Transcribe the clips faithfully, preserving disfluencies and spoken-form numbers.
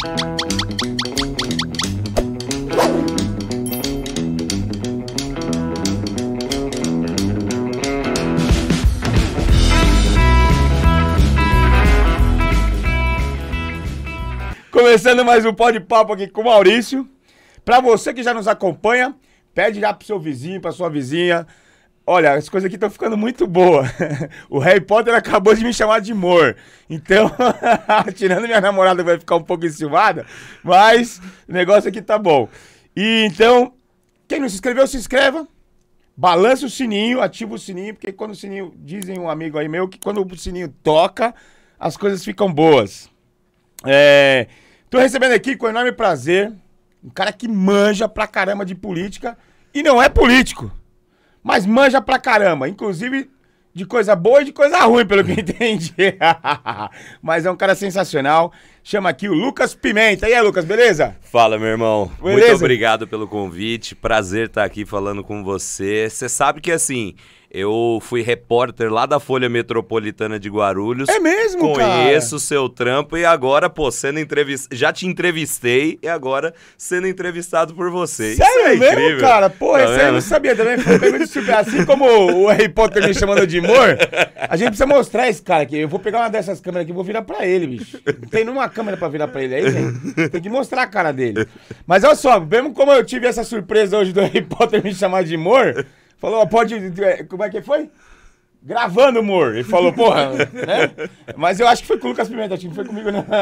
Começando mais um Pó de Papo aqui com o Maurício. Pra você que já nos acompanha, pede já pro seu vizinho, pra sua vizinha. Olha, as coisas aqui estão ficando muito boas. O Harry Potter acabou de me chamar de amor. Então, tirando minha namorada vai ficar um pouco enciumada, mas o negócio aqui tá bom. E então, quem não se inscreveu, se inscreva. Balança o sininho, ativa o sininho, porque quando o sininho, dizem um amigo aí meu, que quando o sininho toca, as coisas ficam boas. É... Tô recebendo aqui com enorme prazer um cara que manja pra caramba de política e não é político, mas manja pra caramba, inclusive de coisa boa e de coisa ruim, pelo que eu entendi. Mas é um cara sensacional. Chama aqui o Lucas Pimenta. E aí, Lucas, beleza? Fala, meu irmão. Beleza? Muito obrigado pelo convite. Prazer estar aqui falando com você. Você sabe que, assim, eu fui repórter lá da Folha Metropolitana de Guarulhos. É mesmo, cara? Conheço o seu trampo e agora, pô, sendo entrevistado... Já te entrevistei e agora sendo entrevistado por você. Sério Isso é mesmo, incrível. cara? Pô, Tá esse aí eu não sabia também. Foi pego de surpresa. Assim como o Harry Potter me chamando de amor, a gente precisa mostrar esse cara aqui. Eu vou pegar uma dessas câmeras aqui e vou virar pra ele, bicho. Não tem nenhuma câmera pra virar pra ele aí, gente. Tem que mostrar a cara dele. Mas olha só, mesmo como eu tive essa surpresa hoje do Harry Potter me chamar de amor, falou, pode... Como é que foi? Gravando, amor. Ele falou, porra, né? Mas eu acho que foi com o Lucas Pimenta, acho que não foi comigo, não.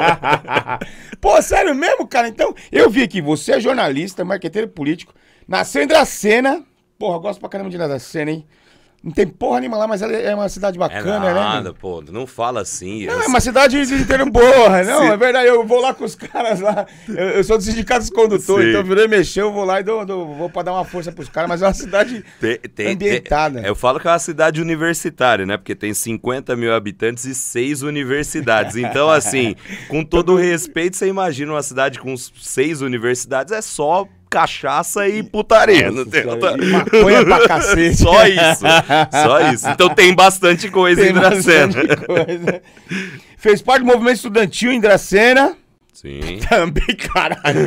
Pô, sério mesmo, cara? Então, eu vi aqui, você é jornalista, marqueteiro político, nasceu em Dracena. Porra, eu gosto pra caramba de Dracena, hein? Não tem porra nenhuma lá, mas ela é uma cidade bacana, é né? nada, pô, não fala assim. Não, eu... é uma cidade de inteiro boa, não, Sim. É verdade, eu vou lá com os caras lá, eu, eu sou do sindicato dos condutores, Sim. então virei mexer, eu vou lá e dou, dou, vou pra dar uma força pros caras, mas é uma cidade Tem, tem, ambientada. Tem, eu falo que é uma cidade universitária, né? Porque tem cinquenta mil habitantes e seis universidades. Então, assim, com todo o respeito, você imagina uma cidade com seis universidades, é só cachaça e putaria. Nossa, não tem senhora, outra... e maconha pra cacete. Só isso, só isso. Então tem bastante coisa Tem em Dracena. bastante coisa. Fez parte do movimento estudantil em Dracena. Sim. Também, caralho.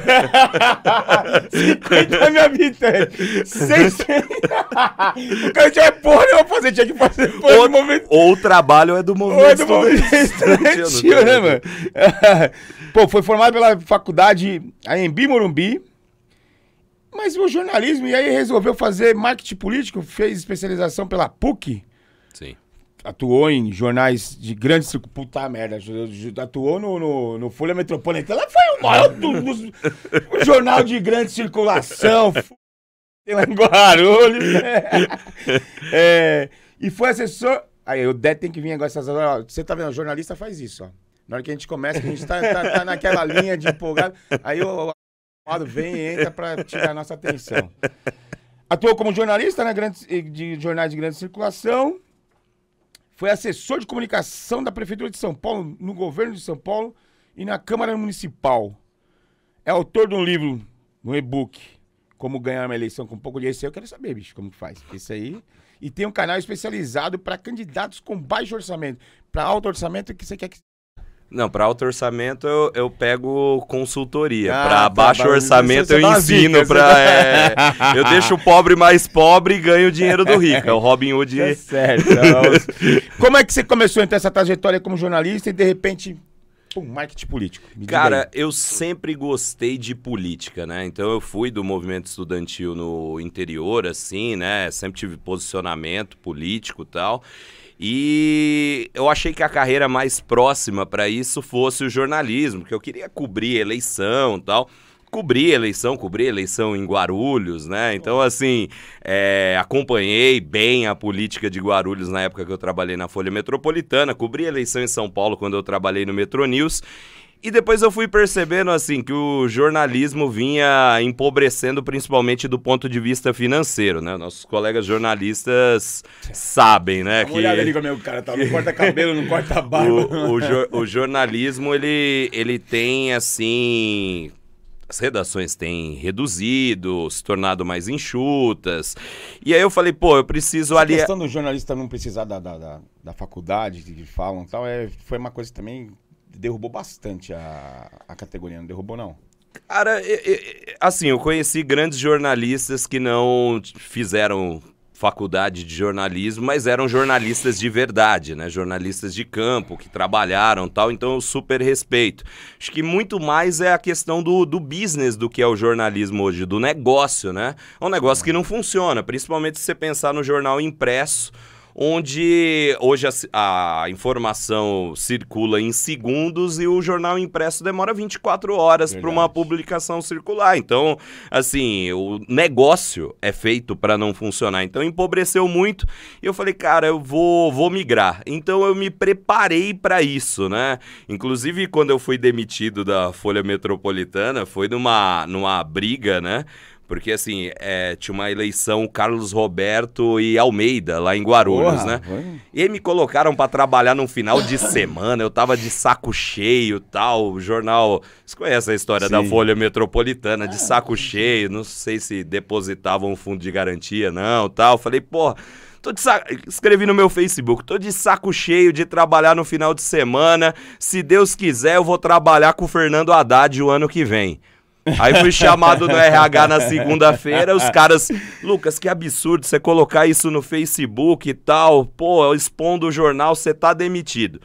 cinquenta mil habitantes. seiscentos. O cara tinha porra nenhuma pra fazer, tinha que fazer porra Ou, do movimento. ou o trabalho é do movimento Ou é do movimento estudantil, estudantil, né, mano? Pô, foi formado pela faculdade Anhembi Morumbi. Mas o jornalismo, e aí resolveu fazer marketing político, fez especialização pela P U C. Sim. Atuou em jornais de grande circulação. Puta merda. Atuou no, no, no Folha Metropolitana. Ela foi o maior do, do, do jornal de grande circulação. Lá em Guarulhos. É, e foi assessor. Aí o Dé tem que vir agora essas horas. Você tá vendo? O jornalista faz isso, ó. Na hora que a gente começa, que a gente tá, tá, tá naquela linha de empolgado. Aí o vem e entra pra tirar a nossa atenção. Atuou como jornalista na grande, de jornais de grande circulação. Foi assessor de comunicação da Prefeitura de São Paulo, no governo de São Paulo e na Câmara Municipal. É autor de um livro, um e-book, Como Ganhar uma Eleição com Pouco de Receio. Eu quero saber, bicho, como que faz. Isso aí. E tem um canal especializado para candidatos com baixo orçamento. Para alto orçamento, que você quer que... Não, para alto orçamento eu, eu pego consultoria. Ah, para tá, baixo tá, orçamento você eu dá umas ensino. dicas, Pra, você é, eu deixo o pobre mais pobre e ganho o dinheiro do rico. É o Robin Hood. É certo. Como é que você começou então essa trajetória como jornalista e de repente, pum, marketing político? Me diga Cara, aí. eu sempre gostei de política, né? Então eu fui do movimento estudantil no interior, assim, né? Sempre tive posicionamento político e tal. E eu achei que a carreira mais próxima para isso fosse o jornalismo, porque eu queria cobrir eleição e tal. Cobri eleição, cobri eleição em Guarulhos, né? Então, assim, é, acompanhei bem a política de Guarulhos na época que eu trabalhei na Folha Metropolitana, cobri eleição em São Paulo quando eu trabalhei no Metronews. E depois eu fui percebendo, assim, que o jornalismo vinha empobrecendo principalmente do ponto de vista financeiro, né? Nossos colegas jornalistas sabem, né? Dá uma olhada ali comigo, cara, tá? Não corta cabelo, não corta barba. O, o, jo o jornalismo, ele, ele tem, assim... As redações têm reduzido, se tornado mais enxutas. E aí eu falei, pô, eu preciso ali... A questão do jornalista não precisar da, da, da, da faculdade, que falam e tal, é, foi uma coisa também... derrubou bastante a, a categoria, não derrubou, não? Cara, assim, eu conheci grandes jornalistas que não fizeram faculdade de jornalismo, mas eram jornalistas de verdade, né? Jornalistas de campo, que trabalharam e tal, então eu super respeito. Acho que muito mais é a questão do, do business do que é o jornalismo hoje, do negócio, né? É um negócio que não funciona, principalmente se você pensar no jornal impresso, onde hoje a, a informação circula em segundos e o jornal impresso demora vinte e quatro horas para uma publicação circular. Então, assim, o negócio é feito para não funcionar. Então, empobreceu muito e eu falei, cara, eu vou, vou migrar. Então, eu me preparei para isso, né? Inclusive, quando eu fui demitido da Folha Metropolitana, foi numa, numa briga, né? Porque, assim, é, tinha uma eleição Carlos Roberto e Almeida, lá em Guarulhos, Porra, né? Foi? E aí me colocaram para trabalhar num final de semana, eu tava de saco cheio e tal, o jornal... Você conhece a história Sim. da Folha Metropolitana, de saco cheio, não sei se depositavam um fundo de garantia, não, tal. Falei, porra... Tô de saco... Escrevi no meu Facebook, tô de saco cheio de trabalhar no final de semana, se Deus quiser eu vou trabalhar com o Fernando Haddad o ano que vem. Aí fui chamado no R H na segunda-feira, os caras, Lucas, que absurdo você colocar isso no Facebook e tal, pô, expondo o jornal, você tá demitido.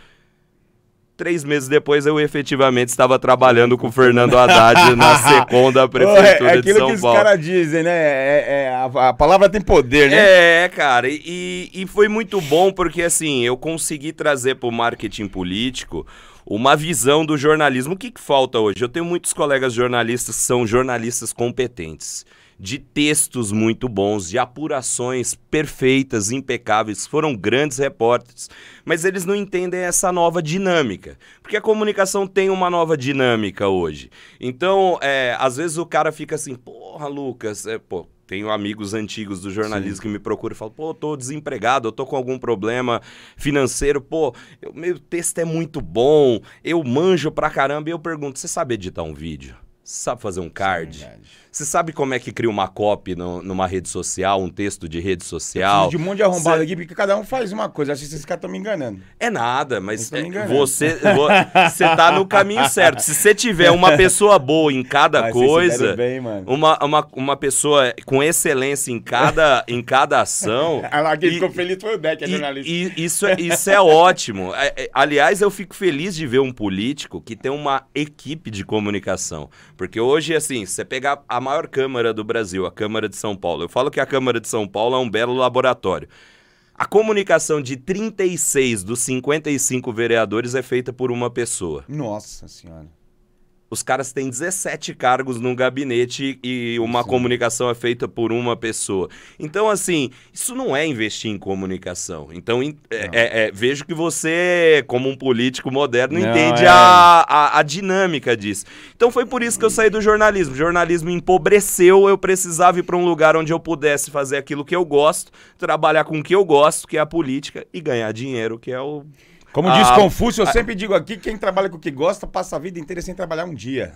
Três meses depois eu efetivamente estava trabalhando com o Fernando Haddad na SECOM da Prefeitura é, é de São Paulo. É aquilo que os caras dizem, né? É, é, a, a palavra tem poder, né? É, cara, e, e foi muito bom porque, assim, eu consegui trazer para o marketing político uma visão do jornalismo. O que, que falta hoje? Eu tenho muitos colegas jornalistas que são jornalistas competentes, de textos muito bons, de apurações perfeitas, impecáveis, foram grandes repórteres, mas eles não entendem essa nova dinâmica, porque a comunicação tem uma nova dinâmica hoje. Então, é, às vezes o cara fica assim, porra, Lucas, é, pô, tenho amigos antigos do jornalismo Sim. que me procuram e falam, pô, eu tô desempregado, eu tô com algum problema financeiro, pô, eu, meu texto é muito bom, eu manjo pra caramba. E eu pergunto, você sabe editar um vídeo? Você sabe fazer um card? Sim, você sabe como é que cria uma copy no, numa rede social, um texto de rede social? Eu de um monte de arrombado Cê... aqui, porque cada um faz uma coisa. Acho que esses caras estão me enganando. É nada, mas é, você, você tá no caminho certo. Se você tiver uma pessoa boa em cada mas coisa, bem, mano. Uma, uma, uma pessoa com excelência em cada, em cada ação... Ah, lá, quem ficou feliz foi o Deck, é jornalista. E, e isso, é, isso é ótimo. Aliás, eu fico feliz de ver um político que tem uma equipe de comunicação. Porque hoje, assim, se você pegar a maior Câmara do Brasil, a Câmara de São Paulo, eu falo que a Câmara de São Paulo é um belo laboratório. A comunicação de trinta e seis dos cinquenta e cinco vereadores é feita por uma pessoa. Nossa Senhora. Os caras têm dezessete cargos num gabinete e uma Sim. comunicação é feita por uma pessoa. Então, assim, isso não é investir em comunicação. Então, é, é, é, vejo que você, como um político moderno, não, entende é. a, a, a dinâmica disso. Então, foi por isso que eu saí do jornalismo. O jornalismo empobreceu, eu precisava ir para um lugar onde eu pudesse fazer aquilo que eu gosto, trabalhar com o que eu gosto, que é a política, e ganhar dinheiro, que é o... Como diz ah, Confúcio, eu ah, sempre digo aqui, quem trabalha com o que gosta, passa a vida inteira sem trabalhar um dia.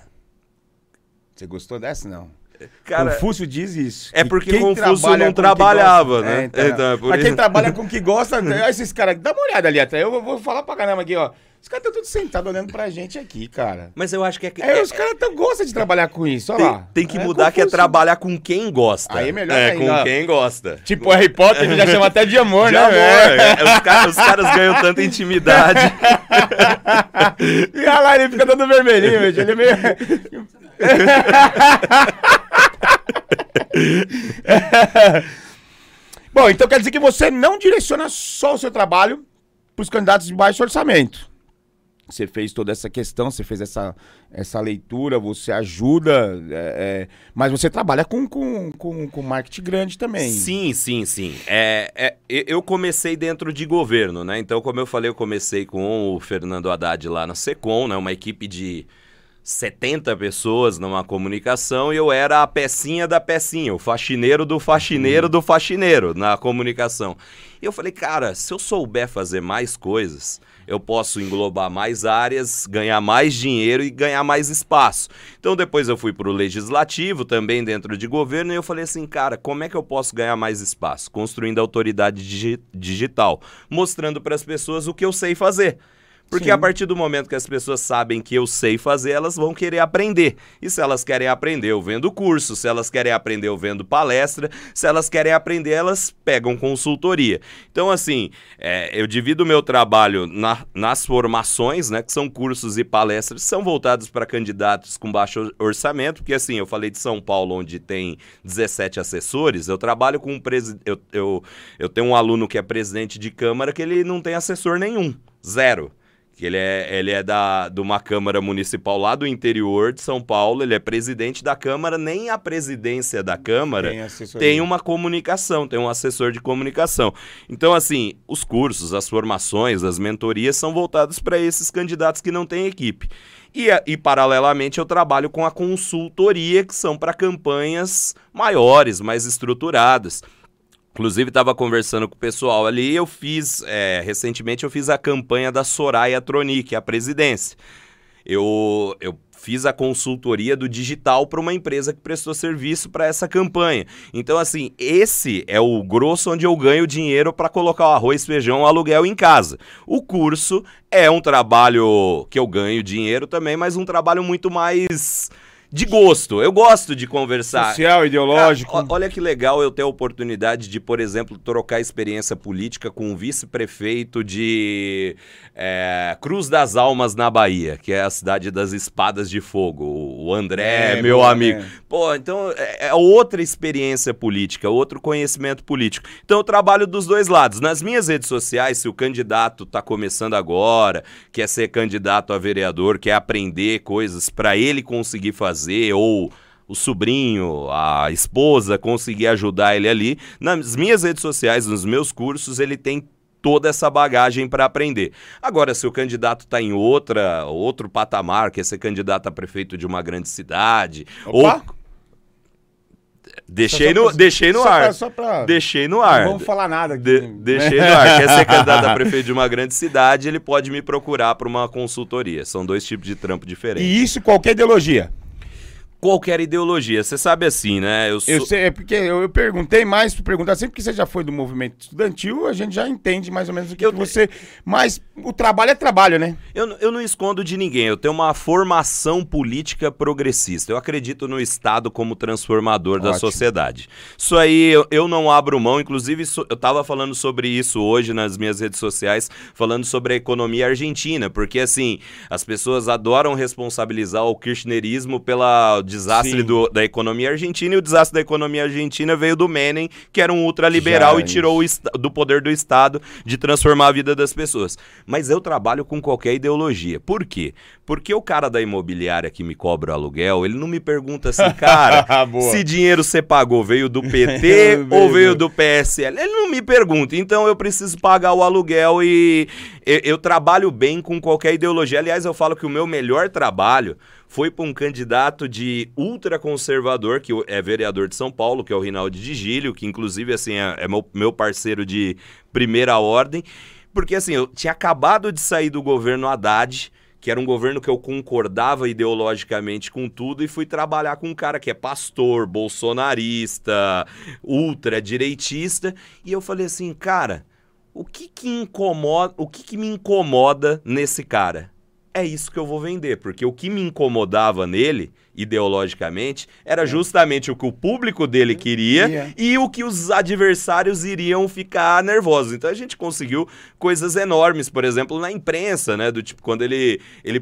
Você gostou dessa, não? Cara, Confúcio diz isso. É porque Confúcio não trabalhava, gosta, né? É, então, então, é por Mas isso. Quem trabalha com o que gosta, olha esses caras, dá uma olhada ali até, eu vou falar pra caramba aqui, ó. Os caras estão todos sentados olhando pra gente aqui, cara. Mas eu acho que é... é, é os caras gostam de trabalhar com isso, olha tem, lá. Tem que é mudar, Confúcio. Que é trabalhar com quem gosta. Aí é melhor É, ainda. com quem gosta. Tipo o Harry Potter, que já chama até de amor, de né? Amor. É. Os, caras, os caras ganham tanta intimidade. E olha lá, ele fica todo vermelhinho, velho. Ele é meio... Bom, então quer dizer que você não direciona só o seu trabalho para os candidatos de baixo orçamento. Você fez toda essa questão, você fez essa, essa leitura, você ajuda, é, é, mas você trabalha com, com, com, com marketing grande também. Sim, sim, sim. É, é, eu comecei dentro de governo, né? Então, como eu falei, eu comecei com o Fernando Haddad lá na SECOM, né? Uma equipe de setenta pessoas numa comunicação, e eu era a pecinha da pecinha, o faxineiro do faxineiro do faxineiro na comunicação. E eu falei, cara, se eu souber fazer mais coisas, eu posso englobar mais áreas, ganhar mais dinheiro e ganhar mais espaço. Então depois eu fui para o legislativo, também dentro de governo, e eu falei assim, cara, como é que eu posso ganhar mais espaço? Construindo autoridade digi- digital, mostrando para as pessoas o que eu sei fazer. Porque Sim. a partir do momento que as pessoas sabem que eu sei fazer, elas vão querer aprender. E se elas querem aprender, eu vendo curso. Se elas querem aprender, eu vendo palestra. Se elas querem aprender, elas pegam consultoria. Então, assim, é, eu divido o meu trabalho na, nas formações, né, que são cursos e palestras, que são voltados para candidatos com baixo orçamento, porque, assim, eu falei de São Paulo, onde tem dezessete assessores, eu trabalho com um presidente, eu, eu, eu tenho um aluno que é presidente de Câmara que ele não tem assessor nenhum, zero. Que ele é, ele é da, de uma Câmara Municipal lá do interior de São Paulo, ele é presidente da Câmara, nem a presidência da Câmara tem, tem uma comunicação, tem um assessor de comunicação. Então, assim, os cursos, as formações, as mentorias são voltados para esses candidatos que não têm equipe. E, e, paralelamente, eu trabalho com a consultoria, que são para campanhas maiores, mais estruturadas. Inclusive, estava conversando com o pessoal ali, eu fiz, é, recentemente eu fiz a campanha da Soraya Tronic, a presidência. Eu, eu fiz a consultoria do digital para uma empresa que prestou serviço para essa campanha. Então, assim, esse é o grosso onde eu ganho dinheiro para colocar o arroz, feijão, o aluguel em casa. O curso é um trabalho que eu ganho dinheiro também, mas um trabalho muito mais... de gosto, eu gosto de conversar. Social, ideológico. Ah, olha que legal eu ter a oportunidade de, por exemplo, trocar experiência política com um vice-prefeito de é, Cruz das Almas, na Bahia, que é a cidade das espadas de fogo. O André, é, meu amigo. É. Pô, então é, é outra experiência política, outro conhecimento político. Então eu trabalho dos dois lados. Nas minhas redes sociais, se o candidato está começando agora, quer ser candidato a vereador, quer aprender coisas para ele conseguir fazer, ou o sobrinho, a esposa conseguir ajudar ele ali, nas minhas redes sociais, nos meus cursos, ele tem toda essa bagagem para aprender. Agora, se o candidato está em outra, outro patamar, quer ser candidato a prefeito de uma grande cidade, Opa. ou... Deixei Só no, pra, deixei no só ar. Pra, só pra... Deixei no ar. Não vamos falar nada aqui. De, deixei no ar. Quer ser candidato a prefeito de uma grande cidade, ele pode me procurar para uma consultoria. São dois tipos de trampo diferentes. E isso qualquer ideologia? Qualquer ideologia. Você sabe assim, né? Eu, sou... eu sei, é porque eu, eu perguntei mais para perguntar, sempre que você já foi do movimento estudantil, a gente já entende mais ou menos o que, eu... que você... Mas o trabalho é trabalho, né? Eu, eu não escondo de ninguém, eu tenho uma formação política progressista. Eu acredito no Estado como transformador Ótimo. Da sociedade. Isso aí eu, eu não abro mão, inclusive so, eu estava falando sobre isso hoje nas minhas redes sociais, falando sobre a economia argentina, porque assim, as pessoas adoram responsabilizar o kirchnerismo pela... desastre do, da economia argentina, e o desastre da economia argentina veio do Menem, que era um ultraliberal e tirou o, do poder do Estado de transformar a vida das pessoas. Mas eu trabalho com qualquer ideologia. Por quê? Porque o cara da imobiliária que me cobra o aluguel, ele não me pergunta assim, cara, se dinheiro você pagou veio do P T ou veio do P S L. Ele não me pergunta, então eu preciso pagar o aluguel e eu, eu trabalho bem com qualquer ideologia. Aliás, eu falo que o meu melhor trabalho foi para um candidato de ultraconservador, que é vereador de São Paulo, que é o Rinaldi de Gílio, que inclusive assim, é, é meu, meu parceiro de primeira ordem, porque assim, eu tinha acabado de sair do governo Haddad, que era um governo que eu concordava ideologicamente com tudo, e fui trabalhar com um cara que é pastor, bolsonarista, ultradireitista, e eu falei assim, cara, o que que incomoda, o que que me incomoda nesse cara? É isso que eu vou vender, porque o que me incomodava nele, ideologicamente, era justamente o que o público dele queria yeah. e o que os adversários iriam ficar nervosos. Então a gente conseguiu coisas enormes, por exemplo, na imprensa, né? Do tipo, quando ele, ele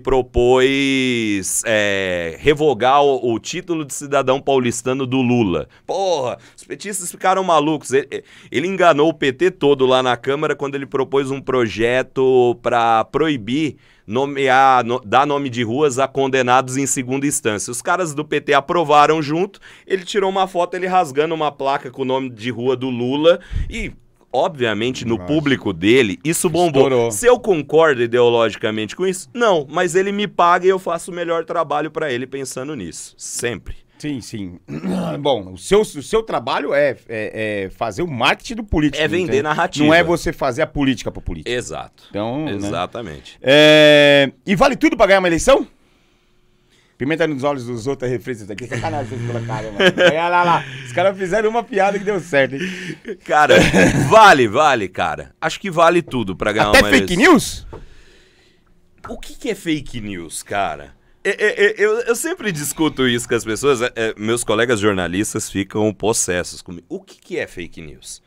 propôs é, revogar o, o título de cidadão paulistano do Lula. Porra, os petistas ficaram malucos. Ele, ele enganou o P T todo lá na Câmara quando ele propôs um projeto para proibir nomear, no, dar nome de ruas a condenados em segunda instância. Os caras do P T aprovaram junto, ele tirou uma foto, ele rasgando uma placa com o nome de rua do Lula e, obviamente, no Nossa. Público dele, isso bombou. Estourou. Se eu concordo ideologicamente com isso? Não, mas ele me paga e eu faço o melhor trabalho para ele pensando nisso, sempre. Sim, sim. Bom, o seu, o seu trabalho é, é, é fazer o marketing do político. É vender entende? Narrativa. Não é você fazer a política pro político. Exato. Então, exatamente. Né? É... E vale tudo pra ganhar uma eleição? Pimenta nos olhos dos outros é refresco. Isso aqui é sacanagem vocês colocaram, mano. Olha lá, lá. Os caras fizeram uma piada que deu certo, hein? Cara, vale, vale, cara. Acho que vale tudo pra ganhar Até uma fake eleição. News? o que, que é fake news, cara? Eu, eu, eu, eu sempre discuto isso com as pessoas, é, é, meus colegas jornalistas ficam possessos comigo. O que, que é fake news?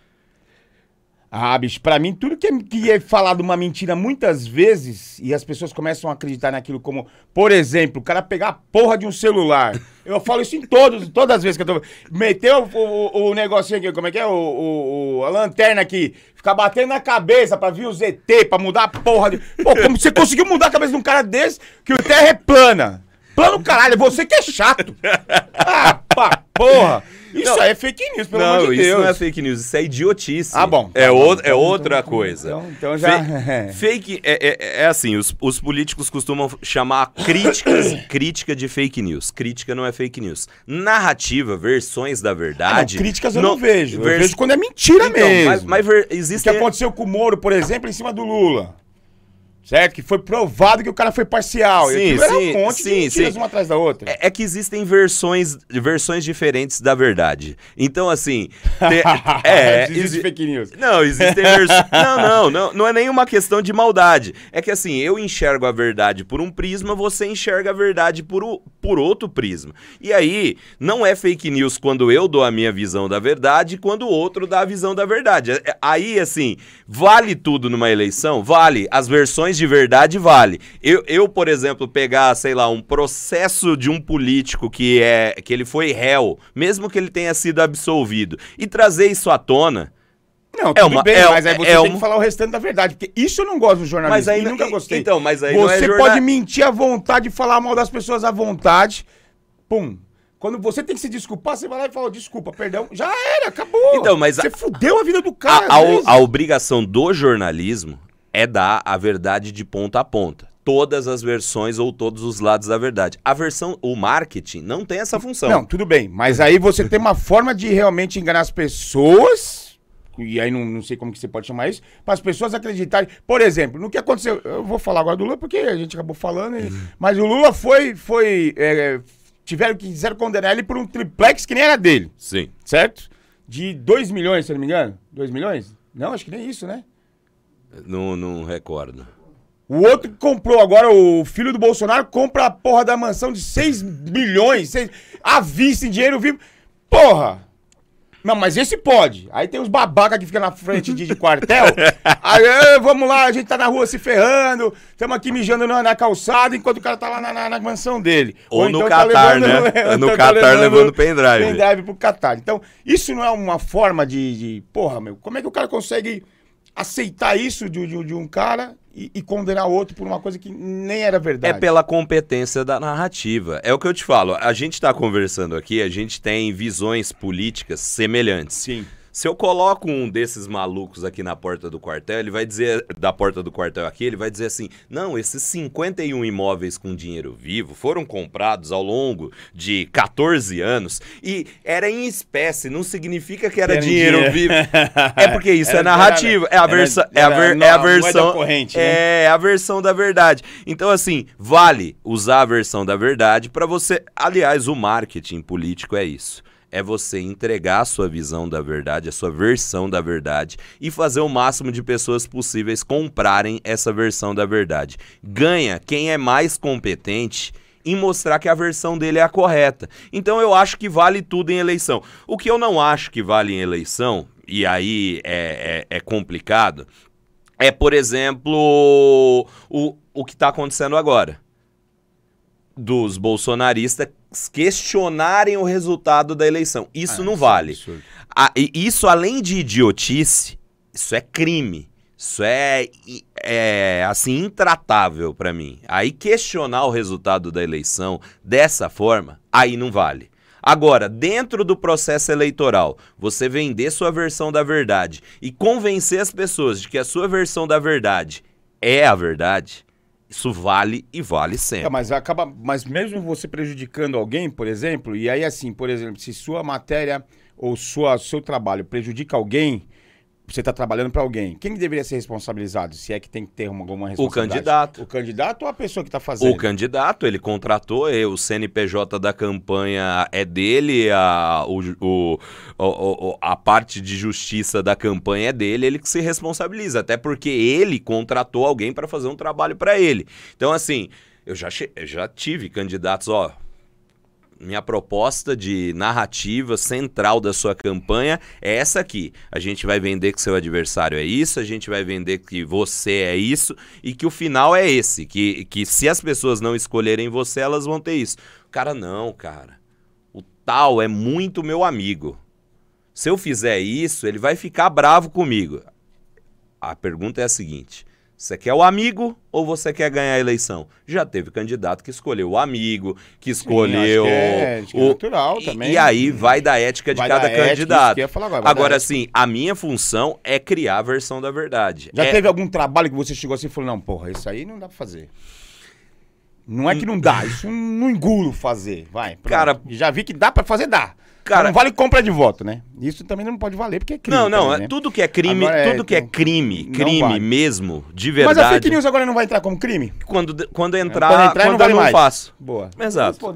Ah, bicho, pra mim, tudo que é, que é falado uma mentira muitas vezes e as pessoas começam a acreditar naquilo como, por exemplo, o cara pegar a porra de um celular. Eu falo isso em todos, todas as vezes que eu tô... Meteu o, o, o negocinho aqui, como é que é? O, o, a lanterna aqui, ficar batendo na cabeça pra vir o Z T, pra mudar a porra de... Pô, como você conseguiu mudar a cabeça de um cara desse que o terra é plana? Plano caralho, é você que é chato. Ah, pá, porra. Isso não, aí é fake news, pelo não, amor de Deus. Não, isso não é fake news, isso é idiotice. Ah, bom. É, tá o, bom, é então, outra então, coisa. Então, então já... Fake, fake é, é, é assim, os, os políticos costumam chamar críticas, crítica de fake news. Crítica não é fake news. Narrativa, versões da verdade... Ah, não, críticas eu não, não vejo. Eu vers... vejo quando é mentira então, mesmo. Mas, mas ver, existe... O que aconteceu com o Moro, por exemplo, em cima do Lula. Certo? Que foi provado que o cara foi parcial. Sim, e sim, era um monte sim, de mentiras sim. uma atrás da outra. É, é que existem versões, versões diferentes da verdade. Então, assim... Te, é, existe exi... fake news. Não, existem versões... não, não, não, não é nenhuma questão de maldade. É que, assim, eu enxergo a verdade por um prisma, você enxerga a verdade por, o, por outro prisma. E aí, não é fake news quando eu dou a minha visão da verdade e quando o outro dá a visão da verdade. Aí, assim, vale tudo numa eleição? Vale. As versões de verdade vale. Eu, eu, por exemplo, pegar, sei lá, um processo de um político que é que ele foi réu, mesmo que ele tenha sido absolvido, e trazer isso à tona... Não, tudo é uma, bem, é, mas aí você é tem uma... que falar o restante da verdade, porque isso eu não gosto do jornalismo, mas aí, e nunca gostei. Então, mas aí você não é jornal... pode mentir à vontade, falar mal das pessoas à vontade, pum... Quando você tem que se desculpar, você vai lá e fala, desculpa, perdão, já era, acabou. Então, mas você a, fudeu a vida do cara. A, a, a obrigação do jornalismo é dar a verdade de ponta a ponta. Todas as versões ou todos os lados da verdade. A versão, o marketing não tem essa função. Não, tudo bem, mas aí você tem uma forma de realmente enganar as pessoas, e aí não, não sei como que você pode chamar isso, para as pessoas acreditarem. Por exemplo, no que aconteceu, eu vou falar agora do Lula, porque a gente acabou falando, e, mas o Lula foi... foi é, tiveram que quiseram condenar ele por um triplex que nem era dele. Sim. Certo? De dois milhões, se eu não me engano. dois milhões? Não, acho que nem isso, né? Não, não recordo. O outro que comprou agora, o filho do Bolsonaro, compra a porra da mansão de seis milhões, seis, à vista, em dinheiro vivo. Porra! Não, mas esse pode. Aí tem os babaca que ficam na frente de, de quartel. Aí, "Ê, vamos lá, a gente tá na rua se ferrando, estamos aqui mijando na, na calçada, enquanto o cara tá lá na, na, na mansão dele. Ou, Ou no então Catar, tá levando, né? No tá Catar levando, levando pendrive. Pendrive pro Catar. Então, isso não é uma forma de, de... Porra, meu, como é que o cara consegue aceitar isso de, de, de um cara e, e condenar o outro por uma coisa que nem era verdade? É pela competência da narrativa. É o que eu te falo. A gente tá conversando aqui, a gente tem visões políticas semelhantes. Sim. Se eu coloco um desses malucos aqui na porta do quartel, ele vai dizer, da porta do quartel aqui, ele vai dizer assim, não, esses cinquenta e um imóveis com dinheiro vivo foram comprados ao longo de quatorze anos e era em espécie, não significa que era, era dinheiro, dinheiro vivo. É porque isso era, é narrativo, era, é, a versa, era, é, a ver, é a versão, corrente, né? É a versão da verdade. Então assim, vale usar a versão da verdade para você, aliás, o marketing político é isso. É você entregar a sua visão da verdade, a sua versão da verdade e fazer o máximo de pessoas possíveis comprarem essa versão da verdade. Ganha quem é mais competente em mostrar que a versão dele é a correta. Então eu acho que vale tudo em eleição. O que eu não acho que vale em eleição, e aí é, é, é complicado, é, por exemplo, o, o que está acontecendo agora. Dos bolsonaristas questionarem o resultado da eleição. Isso ah, não vale. Ah, isso, além de idiotice, isso é crime. Isso é, é assim, intratável para mim. Aí questionar o resultado da eleição dessa forma, aí não vale. Agora, dentro do processo eleitoral, você vender sua versão da verdade e convencer as pessoas de que a sua versão da verdade é a verdade, isso vale e vale sempre. É, mas acaba, mas mesmo você prejudicando alguém, por exemplo, e aí assim, por exemplo, se sua matéria ou sua, seu trabalho prejudica alguém, você está trabalhando para alguém. Quem deveria ser responsabilizado? Se é que tem que ter uma, alguma responsabilidade? O candidato. O candidato ou a pessoa que está fazendo? O candidato, ele contratou, o C N P J da campanha é dele, a, o, o, o, a parte de justiça da campanha é dele, ele que se responsabiliza, até porque ele contratou alguém para fazer um trabalho para ele. Então, assim, eu já, eu já tive candidatos, ó... Minha proposta de narrativa central da sua campanha é essa aqui. A gente vai vender que seu adversário é isso, a gente vai vender que você é isso e que o final é esse, que, que se as pessoas não escolherem você, elas vão ter isso. Cara, não, cara. O tal é muito meu amigo. Se eu fizer isso, ele vai ficar bravo comigo. A pergunta é a seguinte... Você quer o amigo ou você quer ganhar a eleição? Já teve candidato que escolheu o amigo, que escolheu... Sim, é, acho que é o... natural e, também. E aí vai da ética de vai cada ética, candidato. Isso que eu ia falar agora, agora, assim, a minha função é criar a versão da verdade. Já é... teve algum trabalho que você chegou assim e falou, não, porra, isso aí não dá pra fazer. Não é que não dá, isso não engulo fazer, vai. Pronto. Cara... Já vi que dá pra fazer, dá. Cara, não vale compra de voto, né? Isso também não pode valer, porque é crime. Não, não, também, né? tudo que é crime, agora tudo é, que é crime, crime vale. mesmo, de verdade. Mas a fake news agora não vai entrar como crime? Quando, quando entrar, quando, entrar, quando não vale eu não mais. faço. Boa. Exato.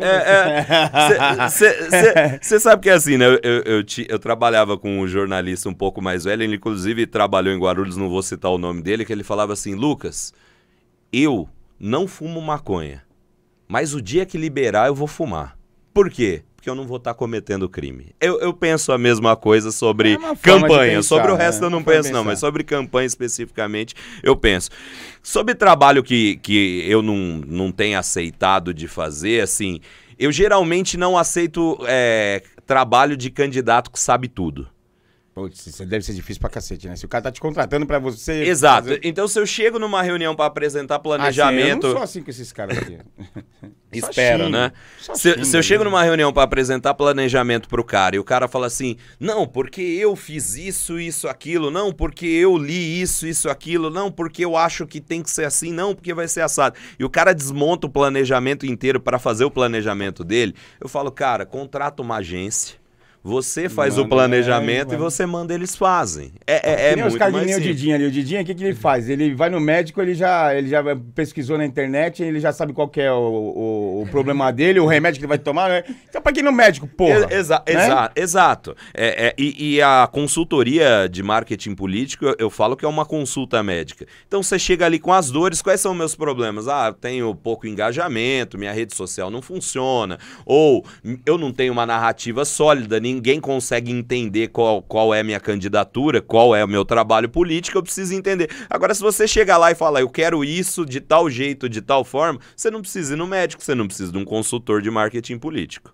Você é, sabe que é assim, né? Eu, eu, eu, eu trabalhava com um jornalista um pouco mais velho, ele inclusive trabalhou em Guarulhos, não vou citar o nome dele, que ele falava assim, Lucas, eu não fumo maconha, mas o dia que liberar eu vou fumar. Por quê? Porque eu não vou estar tá cometendo crime. Eu, eu penso a mesma coisa sobre é campanha. Pensar, sobre o resto né? eu não penso, não, mas sobre campanha especificamente eu penso. Sobre trabalho que, que eu não, não tenho aceitado de fazer, assim, eu geralmente não aceito é, trabalho de candidato que sabe tudo. Putz, isso deve ser difícil pra cacete, né? Se o cara tá te contratando pra você... Exato. Fazer... Então, se eu chego numa reunião pra apresentar planejamento... Ah, sim, eu não sou assim com esses caras aqui. Espera, xingo, né? Se, xingo, se eu chego numa reunião pra apresentar planejamento pro cara e o cara fala assim, não, porque eu fiz isso, isso, aquilo, não, porque eu li isso, isso, aquilo, não, porque eu acho que tem que ser assim, não, porque vai ser assado. E o cara desmonta o planejamento inteiro pra fazer o planejamento dele, eu falo, cara, contrata uma agência. Você faz manda, o planejamento é, e você manda, eles fazem. É, é, é muito os caras mais que nem o Didinho ali. O Didinho, o que, que ele faz? Ele vai no médico, ele já, ele já pesquisou na internet, ele já sabe qual que é o, o, o problema dele, o remédio que ele vai tomar, né? Então pra que ir no médico, porra? Exa né? exa exato. É, é, e, e a consultoria de marketing político, eu, eu falo que é uma consulta médica. Então você chega ali com as dores, quais são meus problemas? Ah, eu tenho pouco engajamento, minha rede social não funciona, ou eu não tenho uma narrativa sólida, ninguém consegue entender qual, qual é a minha candidatura, qual é o meu trabalho político, eu preciso entender. Agora, se você chegar lá e falar, eu quero isso de tal jeito, de tal forma, você não precisa ir no médico, você não precisa de um consultor de marketing político.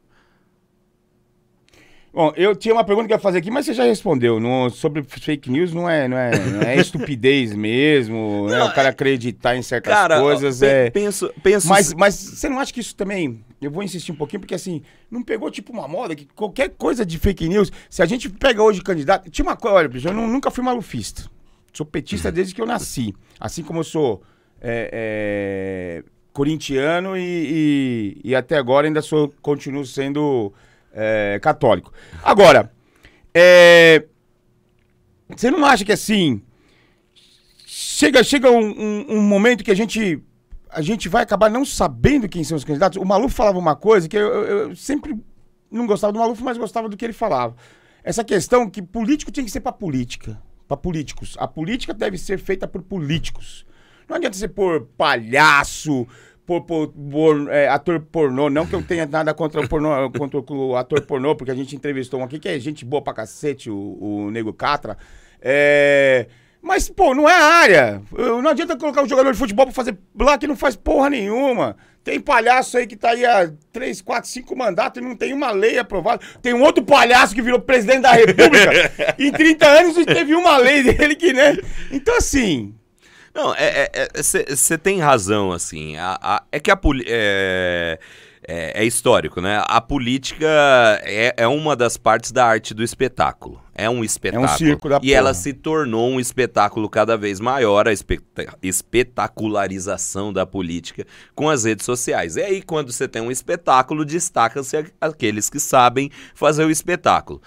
Bom, eu tinha uma pergunta que eu ia fazer aqui, mas você já respondeu. No, sobre fake news não é, não é, não é estupidez mesmo, não, né? O cara acreditar em certas cara, coisas. Pe é... penso, penso... Mas, mas você não acha que isso também... Eu vou insistir um pouquinho, porque assim, não pegou tipo uma moda que qualquer coisa de fake news, se a gente pega hoje candidato... Tinha uma coisa, olha, eu não, nunca fui malufista. Sou petista desde que eu nasci. Assim como eu sou é, é, corintiano e, e, e até agora ainda sou, continuo sendo... É, católico. Agora, é, você não acha que assim chega, chega um, um, um momento que a gente a gente vai acabar não sabendo quem são os candidatos? O Maluf falava uma coisa que eu, eu, eu sempre não gostava do Maluf, mas gostava do que ele falava. Essa questão que político tinha que ser para política, para políticos. A política deve ser feita por políticos. Não adianta você pôr palhaço, Por, por, por é, ator pornô, não que eu tenha nada contra o, pornô, contra o ator pornô, porque a gente entrevistou um aqui que é gente boa pra cacete, o, o Nego Catra. É, mas, pô, não é a área. Não adianta colocar um jogador de futebol pra fazer lá que não faz porra nenhuma. Tem palhaço aí que tá aí há três, quatro, cinco mandatos e não tem uma lei aprovada. Tem um outro palhaço que virou presidente da República em trinta anos e teve uma lei dele que, né? Então, assim... Não, você é, é, tem razão, assim, a, a, é que a é, é, é histórico, né? A política é, é uma das partes da arte do espetáculo, é um espetáculo. É um circo da porra. E ela se tornou um espetáculo cada vez maior, a espeta espetacularização da política com as redes sociais. E aí, quando você tem um espetáculo, destaca-se aqueles que sabem fazer o espetáculo.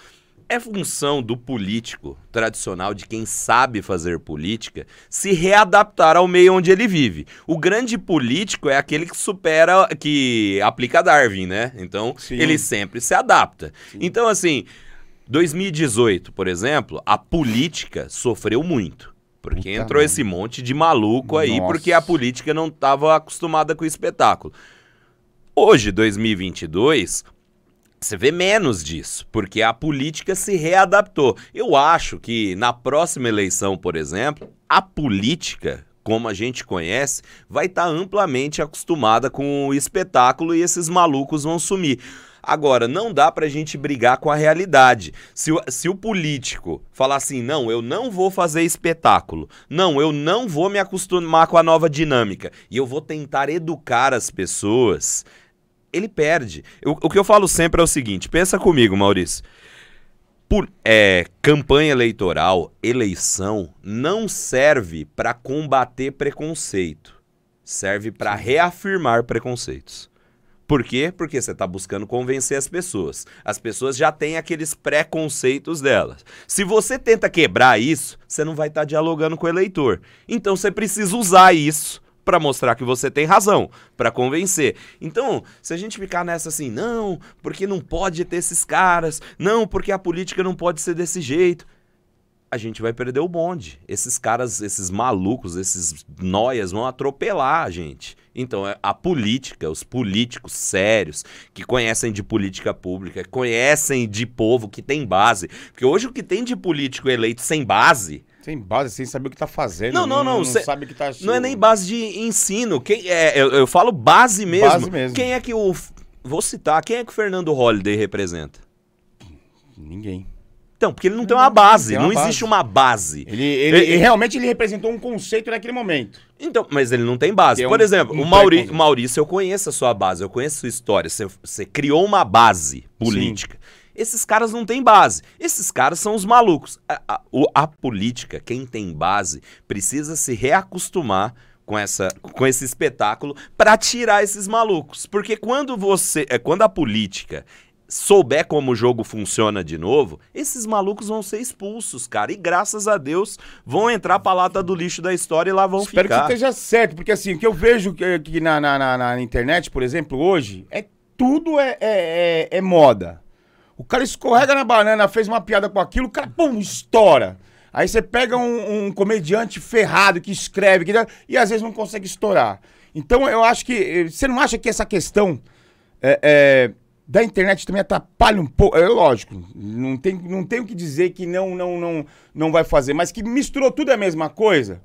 É função do político tradicional, de quem sabe fazer política, se readaptar ao meio onde ele vive. O grande político é aquele que supera, que aplica Darwin, né? Então, Sim. ele sempre se adapta. Sim. Então, assim, dois mil e dezoito, por exemplo, a política sofreu muito. Porque Puta entrou mano. esse monte de maluco Nossa. aí, porque a política não estava acostumada com o espetáculo. Hoje, dois mil e vinte e dois... você vê menos disso, porque a política se readaptou. Eu acho que na próxima eleição, por exemplo, a política, como a gente conhece, vai estar amplamente acostumada com o espetáculo e esses malucos vão sumir. Agora, não dá pra gente brigar com a realidade. Se o, se o político falar assim, não, eu não vou fazer espetáculo, não, eu não vou me acostumar com a nova dinâmica e eu vou tentar educar as pessoas... ele perde. Eu, o que eu falo sempre é o seguinte, pensa comigo, Maurício. Por, é, campanha eleitoral, eleição, não serve para combater preconceito. Serve para reafirmar preconceitos. Por quê? Porque você está buscando convencer as pessoas. As pessoas já têm aqueles preconceitos delas. Se você tenta quebrar isso, você não vai estar tá dialogando com o eleitor. Então você precisa usar isso para mostrar que você tem razão, para convencer. Então, se a gente ficar nessa assim, não, porque não pode ter esses caras, não, porque a política não pode ser desse jeito, a gente vai perder o bonde. Esses caras, esses malucos, esses noias vão atropelar a gente. Então, a política, os políticos sérios, que conhecem de política pública, conhecem de povo que tem base. Porque hoje o que tem de político eleito sem base... Sem base, sem saber o que tá fazendo. Não, não, não. Não, não cê, sabe o que tá achando. Não é nem base de ensino. Quem é, eu, eu falo base mesmo. Base mesmo. Quem é que o... Vou citar. Quem é que o Fernando Holliday representa? Ninguém. Então, porque ele não tem uma base. Não, uma não base. existe uma base. Ele, ele, ele realmente ele representou um conceito naquele momento. Então, mas ele não tem base. Tem Por um, exemplo, um o Mauri, Maurício, eu conheço a sua base, eu conheço a sua história. Você, você criou uma base política. Sim. Esses caras não têm base. Esses caras são os malucos. A, a, a política, quem tem base, precisa se reacostumar com, essa, com esse espetáculo para tirar esses malucos. Porque quando você, é, quando a política souber como o jogo funciona de novo, esses malucos vão ser expulsos, cara. E graças a Deus vão entrar pra lata do lixo da história e lá vão Espero ficar. Espero que esteja certo, porque assim, o que eu vejo aqui na, na, na, na internet, por exemplo, hoje, é tudo é, é, é, é moda. O cara escorrega na banana, fez uma piada com aquilo, o cara, pum, estoura. Aí você pega um, um comediante ferrado que escreve que, e às vezes não consegue estourar. Então eu acho que... Você não acha que essa questão é, é, da internet também atrapalha um pouco? É lógico, não tem, não tem o que dizer que não, não, não, não vai fazer, mas que misturou tudo é a mesma coisa,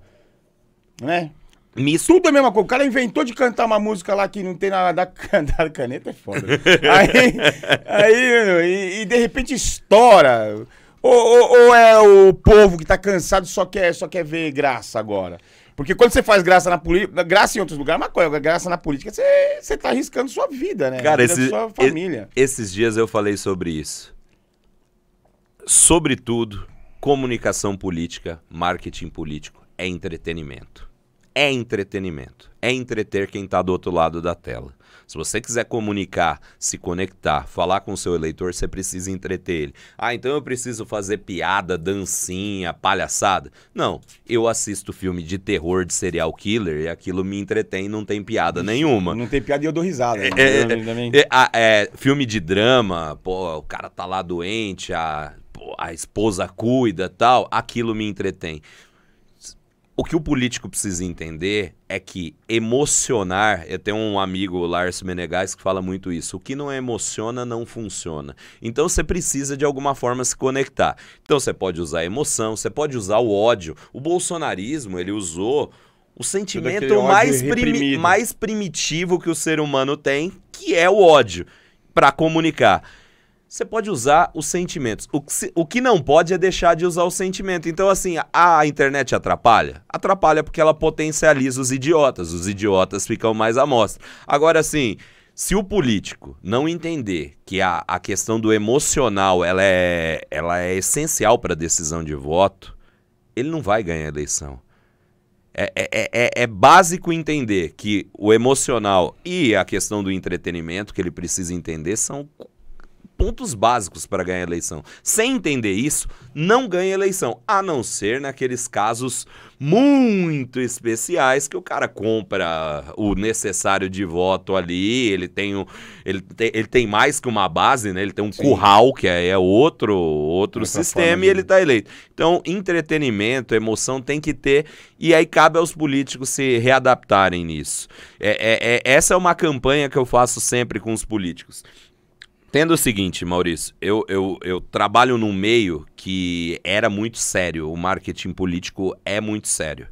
né? Miss... Tudo é a mesma coisa. O cara inventou de cantar uma música lá que não tem nada da, da caneta, é foda. aí, aí e, e de repente estoura. Ou, ou, ou é o povo que tá cansado e só quer, só quer ver graça agora? Porque quando você faz graça na política, graça em outros lugares, é uma coisa, graça na política, você, você tá arriscando sua vida, né? Cara, a vida esse, da sua família. Esses dias eu falei sobre isso. Sobretudo, comunicação política, marketing político, é entretenimento. É entretenimento. É entreter quem está do outro lado da tela. Se você quiser comunicar, se conectar, falar com o seu eleitor, você precisa entreter ele. Ah, então eu preciso fazer piada, dancinha, palhaçada? Não, eu assisto filme de terror, de serial killer, e aquilo me entretém e não tem piada Ixi, nenhuma. Não tem piada e eu dou risada. É, é, é, é, é, filme de drama, pô, o cara tá lá doente, a, pô, a esposa cuida e tal, aquilo me entretém. O que o político precisa entender é que emocionar... Eu tenho um amigo, o Lars Menegais, que fala muito isso. O que não emociona, não funciona. Então você precisa, de alguma forma, se conectar. Então você pode usar a emoção, você pode usar o ódio. O bolsonarismo, ele usou o sentimento mais, primi mais primitivo que o ser humano tem, que é o ódio, para comunicar. Você pode usar os sentimentos. O que, se, o que não pode é deixar de usar o sentimento. Então, assim, a, a internet atrapalha? Atrapalha porque ela potencializa os idiotas. Os idiotas ficam mais à mostra. Agora, assim, se o político não entender que a, a questão do emocional ela é, ela é essencial para a decisão de voto, ele não vai ganhar a eleição. É, é, é, é básico entender que o emocional e a questão do entretenimento que ele precisa entender são pontos básicos para ganhar eleição. Sem entender isso, não ganha eleição, a não ser naqueles casos muito especiais que o cara compra o necessário de voto ali, ele tem, um, ele tem, ele tem mais que uma base, né? Ele tem um Sim. curral, que é outro, outro sistema, e ele tá eleito. Então, entretenimento, emoção tem que ter, e aí cabe aos políticos se readaptarem nisso. É, é, é, essa é uma campanha que eu faço sempre com os políticos. Tendo o seguinte, Maurício, eu, eu, eu trabalho num meio que era muito sério, o marketing político é muito sério.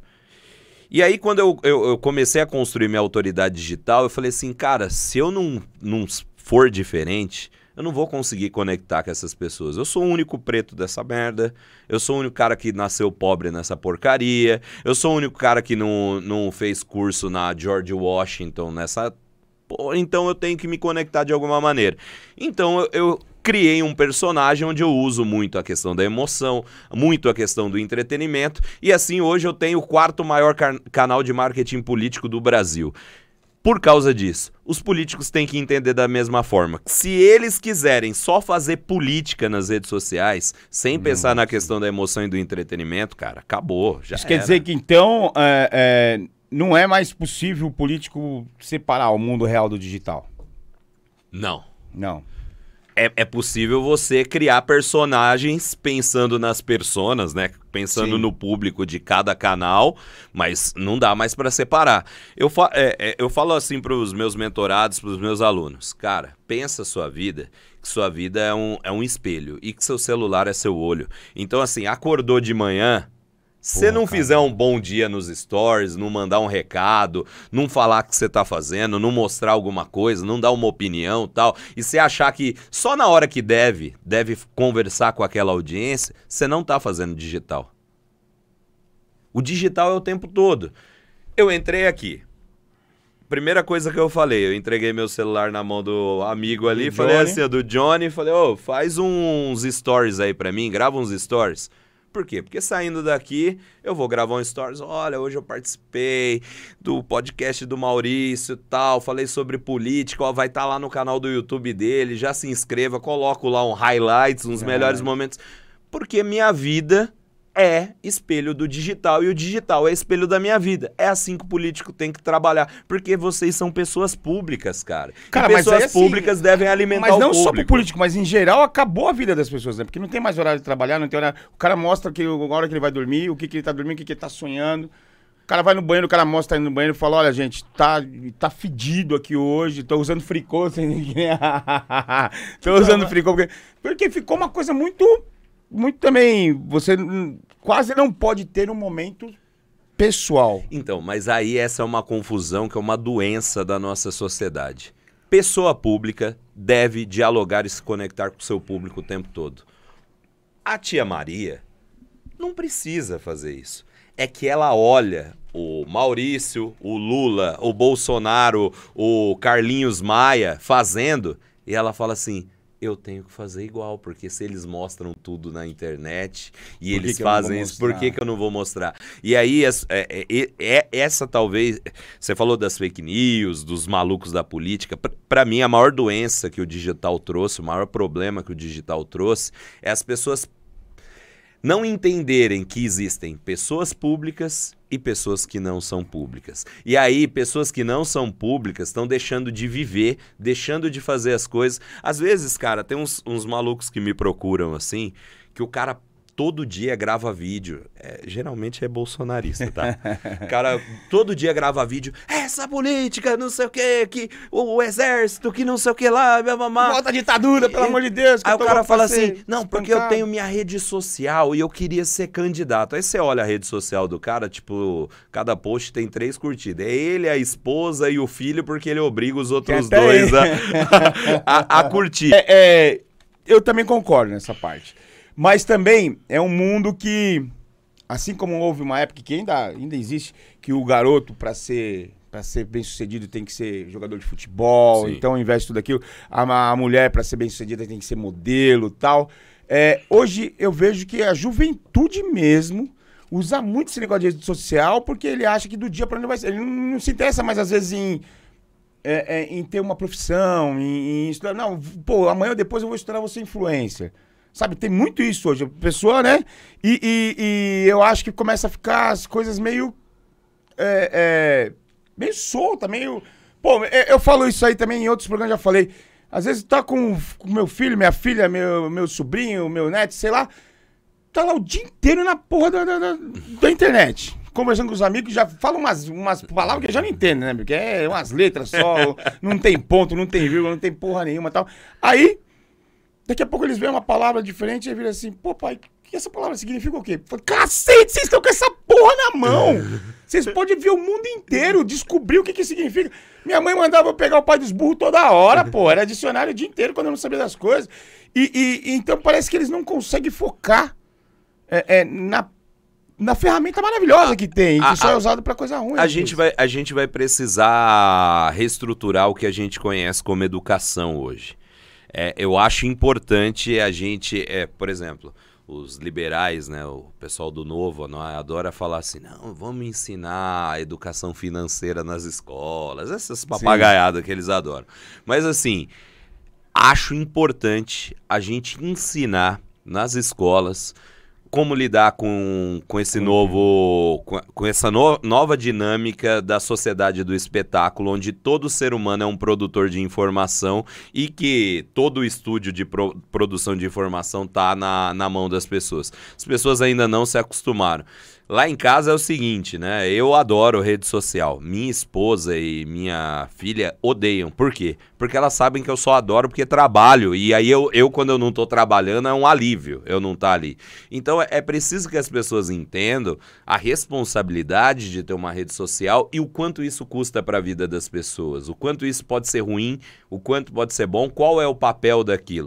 E aí, quando eu, eu, eu comecei a construir minha autoridade digital, eu falei assim, cara, se eu não, não for diferente, eu não vou conseguir conectar com essas pessoas. Eu sou o único preto dessa merda, eu sou o único cara que nasceu pobre nessa porcaria, eu sou o único cara que não, não fez curso na George Washington nessa... Então eu tenho que me conectar de alguma maneira. Então eu, eu criei um personagem onde eu uso muito a questão da emoção, muito a questão do entretenimento, e assim hoje eu tenho o quarto maior canal de marketing político do Brasil. Por causa disso, os políticos têm que entender da mesma forma. Se eles quiserem só fazer política nas redes sociais, sem Não, pensar na questão da emoção e do entretenimento, cara, acabou, já Isso era. Quer dizer que então... É, é... não é mais possível o político separar o mundo real do digital? Não. Não. É, é possível você criar personagens pensando nas personas, né? Pensando Sim. no público de cada canal, mas não dá mais para separar. Eu, fa é, é, eu falo assim para os meus mentorados, para os meus alunos. Cara, pensa a sua vida, que sua vida é um, é um espelho e que seu celular é seu olho. Então, assim, acordou de manhã... Se você não cara. fizer um bom dia nos stories, não mandar um recado, não falar o que você tá fazendo, não mostrar alguma coisa, não dar uma opinião e tal, e você achar que só na hora que deve, deve conversar com aquela audiência, você não tá fazendo digital. O digital é o tempo todo. Eu entrei aqui. Primeira coisa que eu falei, eu entreguei meu celular na mão do amigo ali, do falei Johnny. assim, do Johnny, falei, ô, oh, faz uns stories aí pra mim, grava uns stories. Por quê? Porque saindo daqui, eu vou gravar um stories. Olha, hoje eu participei do podcast do Maurício e tal, falei sobre política, ó, vai estar tá lá no canal do YouTube dele, já se inscreva, coloco lá um highlights, uns é. melhores momentos. Porque minha vida é espelho do digital e o digital é espelho da minha vida. É assim que o político tem que trabalhar, porque vocês são pessoas públicas, cara. cara e pessoas assim, públicas devem alimentar o público. Mas não só pro político, mas em geral acabou a vida das pessoas, né? Porque não tem mais horário de trabalhar, não tem horário... O cara mostra que, a hora que ele vai dormir, o que, que ele tá dormindo, o que, que ele tá sonhando. O cara vai no banheiro, o cara mostra indo no banheiro e fala, olha, gente, tá, tá fedido aqui hoje, tô usando fricô. tô usando fricô, porque, porque ficou uma coisa muito... Muito também, você quase não pode ter um momento pessoal. Então, mas aí essa é uma confusão que é uma doença da nossa sociedade. Pessoa pública deve dialogar e se conectar com o seu público o tempo todo. A tia Maria não precisa fazer isso. É que ela olha o Maurício, o Lula, o Bolsonaro, o Carlinhos Maia fazendo e ela fala assim... eu tenho que fazer igual, porque se eles mostram tudo na internet e por eles fazem isso, por que, que eu não vou mostrar? E aí, é, é, é, essa talvez... Você falou das fake news, dos malucos da política. Para mim, a maior doença que o digital trouxe, o maior problema que o digital trouxe, é as pessoas não entenderem que existem pessoas públicas e pessoas que não são públicas. E aí, pessoas que não são públicas estão deixando de viver, deixando de fazer as coisas. Às vezes, cara, tem uns, uns malucos que me procuram assim, que o cara todo dia grava vídeo. É, geralmente é bolsonarista, tá? O cara todo dia grava vídeo. Essa política, não sei o que, que o, o exército, que não sei o que lá, minha mamãe. Volta a ditadura, pelo e, amor de Deus. Aí o cara fala assim, não, espancado. Porque eu tenho minha rede social e eu queria ser candidato. Aí você olha a rede social do cara, tipo, cada post tem três curtidas. É ele, a esposa e o filho, porque ele obriga os outros dois a, a, a curtir. É, é, eu também concordo nessa parte. Mas também é um mundo que, assim como houve uma época que ainda, ainda existe, que o garoto, para ser, para ser bem sucedido, tem que ser jogador de futebol, Sim. então ao invés de tudo aquilo, a, a mulher, para ser bem sucedida, tem que ser modelo e tal. É, hoje eu vejo que a juventude mesmo usa muito esse negócio de rede social, porque ele acha que do dia para noite vai ser. Ele não, não se interessa mais, às vezes, em... é, é, em ter uma profissão, em, em estudar. Não, pô, amanhã ou depois eu vou estudar, você influencer. Sabe, tem muito isso hoje. A pessoa, né? E, e, e eu acho que começa a ficar as coisas meio... É, é, meio solta, meio... Pô, eu, eu falo isso aí também em outros programas, já falei. Às vezes tá com, com meu filho, minha filha, meu, meu sobrinho, meu neto, sei lá. Tá lá o dia inteiro na porra da, da, da, da internet. Conversando com os amigos, já fala umas, umas palavras que eu já não entendo, né? Porque é umas letras só, não tem ponto, não tem vírgula, não tem porra nenhuma e tal. Aí, daqui a pouco eles veem uma palavra diferente e viram assim, pô, pai, que essa palavra significa o quê? Eu falei, cacete, vocês estão com essa porra na mão! Vocês podem ver o mundo inteiro, descobrir o que que significa. Minha mãe mandava eu pegar o pai dos burros toda hora, pô. Era dicionário o dia inteiro quando eu não sabia das coisas. E, e, e então parece que eles não conseguem focar é, é, na, na ferramenta maravilhosa que tem, que a, só é usado pra coisa ruim. A gente, vai, a gente vai precisar reestruturar o que a gente conhece como educação hoje. É, eu acho importante a gente, é, por exemplo... Os liberais, né, o pessoal do Novo, não, adora falar assim, não, vamos ensinar a educação financeira nas escolas, essas papagaiadas que eles adoram. Mas assim, acho importante a gente ensinar nas escolas como lidar com, com esse novo, com, com essa no, nova dinâmica da sociedade do espetáculo, onde todo ser humano é um produtor de informação e que todo o estúdio de pro, produção de informação está na, na mão das pessoas. As pessoas ainda não se acostumaram. Lá em casa é o seguinte, né? Eu adoro rede social. Minha esposa e minha filha odeiam. Por quê? Porque elas sabem que eu só adoro porque trabalho. E aí eu, eu quando eu não tô trabalhando, é um alívio eu não estar ali. Então é preciso que as pessoas entendam a responsabilidade de ter uma rede social e o quanto isso custa para a vida das pessoas. O quanto isso pode ser ruim, o quanto pode ser bom, qual é o papel daquilo.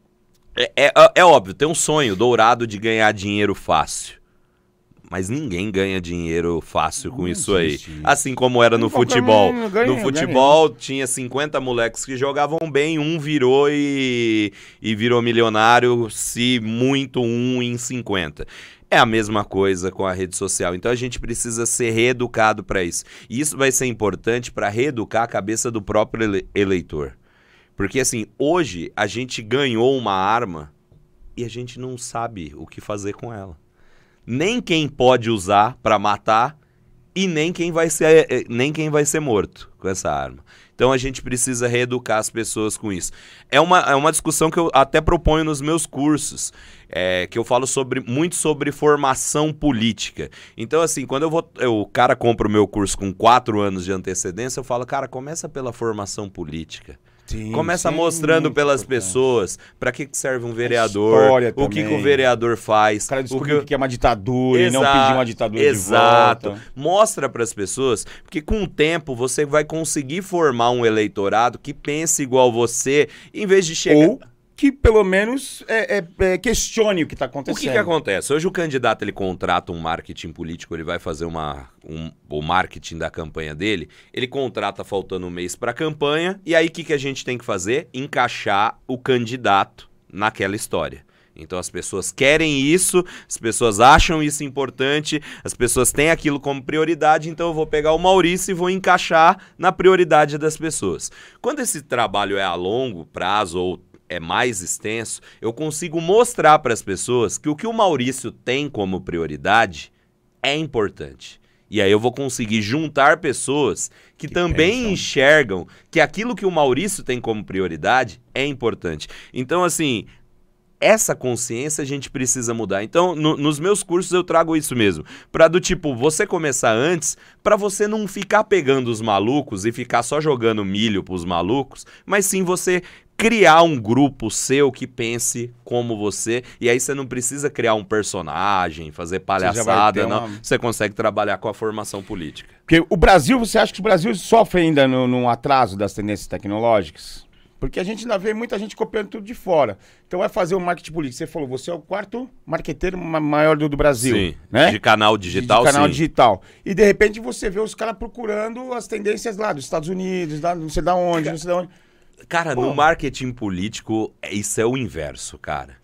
É, é, é óbvio, tem um sonho dourado de ganhar dinheiro fácil. Mas ninguém ganha dinheiro fácil com não isso aí. Isso. Assim como era no futebol. No futebol tinha cinquenta moleques que jogavam bem, um virou e, e virou milionário, se muito um em cinquenta. É a mesma coisa com a rede social. Então a gente precisa ser reeducado para isso. E isso vai ser importante para reeducar a cabeça do próprio ele- eleitor. Porque assim, hoje a gente ganhou uma arma e a gente não sabe o que fazer com ela. Nem quem pode usar para matar e nem quem vai ser, nem quem vai ser morto com essa arma. Então a gente precisa reeducar as pessoas com isso. É uma, é uma discussão que eu até proponho nos meus cursos, é, que eu falo sobre, muito sobre formação política. Então assim, quando eu vou, eu, o cara compra o meu curso com quatro anos de antecedência, eu falo, cara, começa pela formação política. Sim, Começa sim, mostrando pelas importante. pessoas para que serve um vereador, o que, que o vereador faz. O cara descobriu o que é uma ditadura exato, e não pedir uma ditadura exato. de volta. Mostra para as pessoas, porque com o tempo você vai conseguir formar um eleitorado que pense igual você, em vez de chegar... Ou que pelo menos é, é, é, questione o que está acontecendo. O que, que acontece? Hoje o candidato ele contrata um marketing político, ele vai fazer uma, um, o marketing da campanha dele, ele contrata faltando um mês para a campanha, e aí o que, que a gente tem que fazer? Encaixar o candidato naquela história. Então as pessoas querem isso, as pessoas acham isso importante, as pessoas têm aquilo como prioridade, então eu vou pegar o Maurício e vou encaixar na prioridade das pessoas. Quando esse trabalho é a longo prazo ou é mais extenso, eu consigo mostrar para as pessoas que o que o Maurício tem como prioridade é importante. E aí eu vou conseguir juntar pessoas que, que também pensam. enxergam que aquilo que o Maurício tem como prioridade é importante. Então, assim, essa consciência a gente precisa mudar. Então, no, nos meus cursos eu trago isso mesmo. Pra do tipo, você começar antes, pra você não ficar pegando os malucos e ficar só jogando milho pros malucos, mas sim você criar um grupo seu que pense como você, e aí você não precisa criar um personagem, fazer palhaçada, não. Uma... Você consegue trabalhar com a formação política. Porque o Brasil, você acha que o Brasil sofre ainda no, no atraso das tendências tecnológicas? Porque a gente ainda vê muita gente copiando tudo de fora. Então vai fazer um marketing político. Você falou, você é o quarto marqueteiro maior do, do Brasil. Sim, né? de canal digital, de, de canal sim. digital. E de repente você vê os caras procurando as tendências lá dos Estados Unidos, da, não sei da onde, não sei da onde. Cara, Pô. no marketing político, isso é o inverso, cara.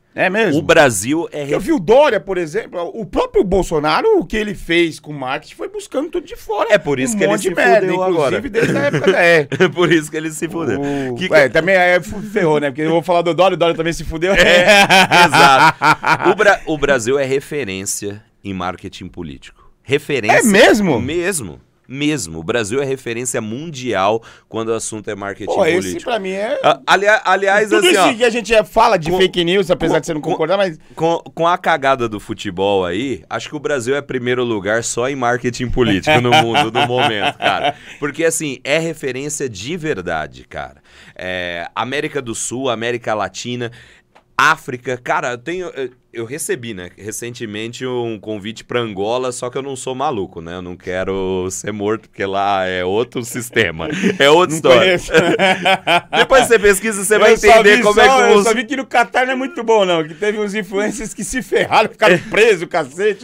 É mesmo? O Brasil é... Eu vi o Dória, por exemplo, o próprio Bolsonaro, o que ele fez com o marketing foi buscando tudo de fora. É por isso um que ele monte se de merda, fudeu inclusive agora. desde a época da... É. É por isso que ele se fudeu. O... Que que... É, também é, ferrou, né? Porque eu vou falar do Dória, o Dória também se fudeu. É, exato. O, Bra... o Brasil é referência em marketing político. Referência... É mesmo? Mesmo. Mesmo. O Brasil é referência mundial quando o assunto é marketing Pô, político. esse pra mim é... Ah, ali, aliás, Tudo assim, isso ó, que a gente fala de com, fake news, apesar com, de você não com, concordar, mas... Com, com a cagada do futebol aí, acho que o Brasil é primeiro lugar só em marketing político no mundo no momento, cara. Porque, assim, é referência de verdade, cara. É, América do Sul, América Latina... África, cara, eu tenho, eu, eu recebi, né, recentemente um convite pra Angola, só que eu não sou maluco, né, eu não quero ser morto, porque lá é outro sistema, é outra Não história. conheço. Depois você pesquisa, você Eu vai só entender vi como só- é que Eu os... só vi que no Catar não é muito bom, não, que teve uns influencers que se ferraram, ficaram presos, cacete.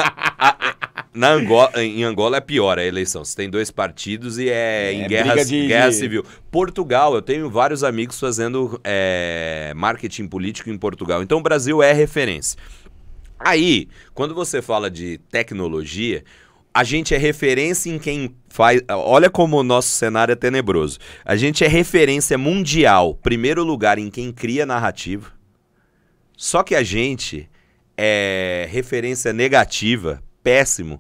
Na Angola, em Angola é pior a eleição. Você tem dois partidos e é, É, em briga guerra, de- guerra de- civil. Portugal, eu tenho vários amigos fazendo é, marketing político em Portugal. Então o Brasil é referência. Aí, quando você fala de tecnologia, a gente é referência em quem faz... Olha como o nosso cenário é tenebroso. A gente é referência mundial, primeiro lugar em quem cria narrativa. Só que a gente é referência negativa, péssimo,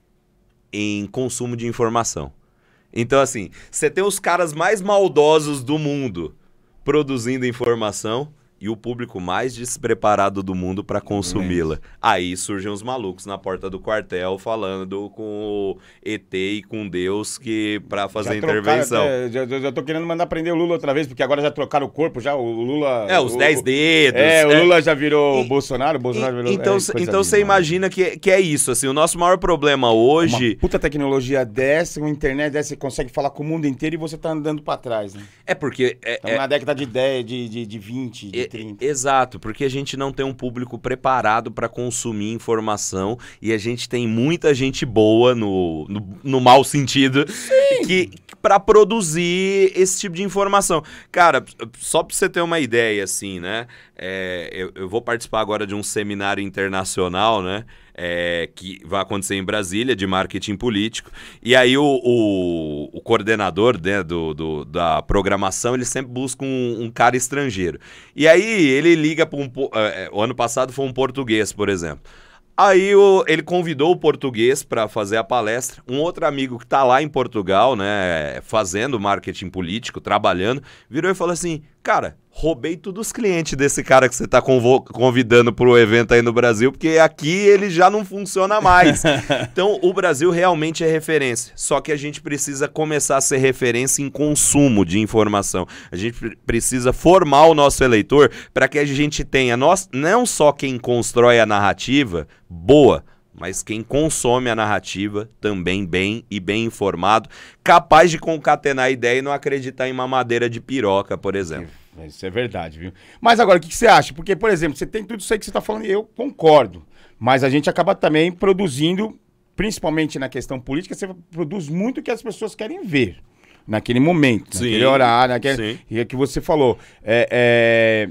em consumo de informação. Então, assim, você tem os caras mais maldosos do mundo produzindo informação e o público mais despreparado do mundo para consumi-la. Aí surgem os malucos na porta do quartel falando com o E T e com Deus que para fazer Já intervenção. trocaram até- já, já- já tô querendo mandar prender o Lula outra vez, porque agora já trocaram o corpo, já o Lula... É, os o, dez dedos. É, o é. Lula já virou E- o Bolsonaro, o Bolsonaro virou... Então, é, cê- coisa então você linda, imagina que, que é isso, assim, o nosso maior problema hoje... Uma puta tecnologia dessa, uma internet dessa, você consegue falar com o mundo inteiro e você tá andando pra trás, né? É porque... É, Estamos é- na década de dez, de, de, de vinte, de É, trinta. exato, porque a gente não tem um público preparado para consumir informação e a gente tem muita gente boa no, no, no mau sentido que para produzir esse tipo de informação. Cara, só para você ter uma ideia, assim, né? É, eu, eu vou participar agora de um seminário internacional, né? É, que vai acontecer em Brasília, de marketing político. E aí o, o, o coordenador, né, do, do, da programação, ele sempre busca um, um cara estrangeiro. E aí ele liga para um... po- é, o ano passado foi um português, por exemplo. Aí o, ele convidou o português para fazer a palestra. Um outro amigo que está lá em Portugal, né, fazendo marketing político, trabalhando, virou e falou assim, cara, roubei todos os clientes desse cara que você está convidando para o evento aí no Brasil, porque aqui ele já não funciona mais. Então o Brasil realmente é referência, só que a gente precisa começar a ser referência em consumo de informação. A gente pre- precisa formar o nosso eleitor para que a gente tenha nós, não só quem constrói a narrativa boa, mas quem consome a narrativa também bem e bem informado, capaz de concatenar a ideia e não acreditar em mamadeira de piroca, por exemplo. Isso é verdade, viu? Mas agora, o que, que você acha? Porque, por exemplo, você tem tudo isso aí que você tá falando e eu concordo. Mas a gente acaba também produzindo, principalmente na questão política, você produz muito o que as pessoas querem ver naquele momento, Sim, naquele horário, naquele... sim. E é que você falou. É, é...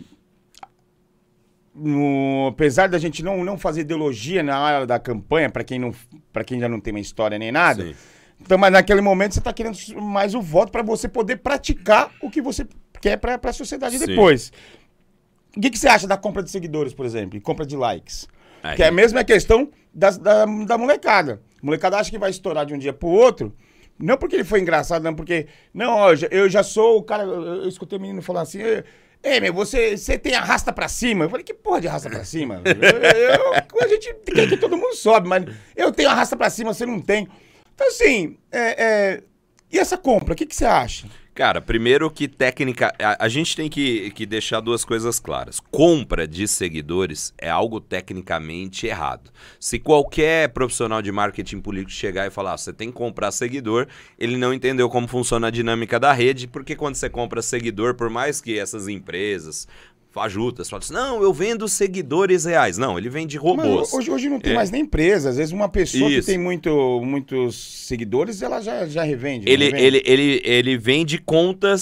No... Apesar da gente não, não fazer ideologia na hora da campanha, para quem, não... para quem já não tem uma história nem nada, Sim. então, mas naquele momento você tá querendo mais o voto para você poder praticar o que você quer para a sociedade Sim. depois. O que, que você acha da compra de seguidores, por exemplo, e compra de likes? Aí. Que é a mesma questão das- da, da molecada. A molecada acha que vai estourar de um dia pro outro, não porque ele foi engraçado, não porque... Não, ó, eu já- eu já sou o cara... Eu, eu escutei o menino falar assim... Ei, meu, você, você tem arrasta pra cima? Eu falei, que porra de arrasta pra cima? Eu, eu- a gente quer que todo mundo sobe, mas eu tenho arrasta pra cima, você não tem. Então, assim, é, é, e essa compra, o que, que você acha? Cara, primeiro que técnica... A, a gente tem que, que deixar duas coisas claras. Compra de seguidores é algo tecnicamente errado. Se qualquer profissional de marketing político chegar e falar, ah, você tem que comprar seguidor, ele não entendeu como funciona a dinâmica da rede, porque quando você compra seguidor, por mais que essas empresas... fajutas, falam assim, não, eu vendo seguidores reais. Não, ele vende robôs. Mas hoje, hoje não tem É. mais nem empresa. Às vezes uma pessoa Isso. que tem muito, muitos seguidores, ela já, já revende. não Ele, revende? ele, ele, ele vende contas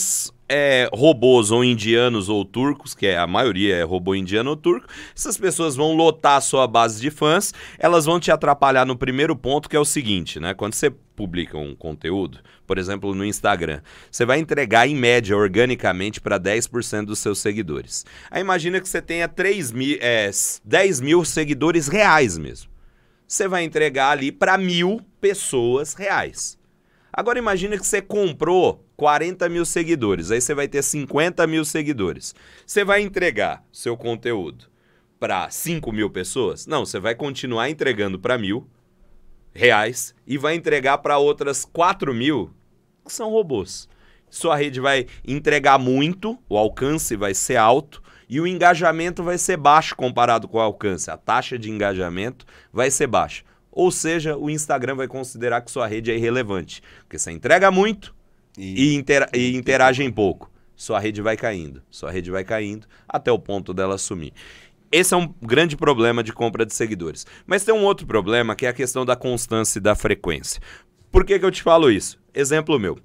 é, robôs ou indianos ou turcos, que é, a maioria é robô indiano ou turco, essas pessoas vão lotar a sua base de fãs, elas vão te atrapalhar no primeiro ponto, que é o seguinte, né? Quando você publica um conteúdo, por exemplo, no Instagram, você vai entregar, em média, organicamente, para dez por cento dos seus seguidores. Aí imagina que você tenha três mil, é, dez mil seguidores reais mesmo. Você vai entregar ali para mil pessoas reais. Agora imagina que você comprou quarenta mil seguidores, aí você vai ter cinquenta mil seguidores. Você vai entregar seu conteúdo para cinco mil pessoas? Não, você vai continuar entregando para mil reais e vai entregar para outras quatro mil que são robôs. Sua rede vai entregar muito, o alcance vai ser alto e o engajamento vai ser baixo comparado com o alcance. A taxa de engajamento vai ser baixa. Ou seja, o Instagram vai considerar que sua rede é irrelevante. Porque você entrega muito e, e, intera e interage em pouco. Sua rede vai caindo, sua rede vai caindo até o ponto dela sumir. Esse é um grande problema de compra de seguidores. Mas tem um outro problema que é a questão da constância e da frequência. Por que que eu te falo isso? Exemplo meu.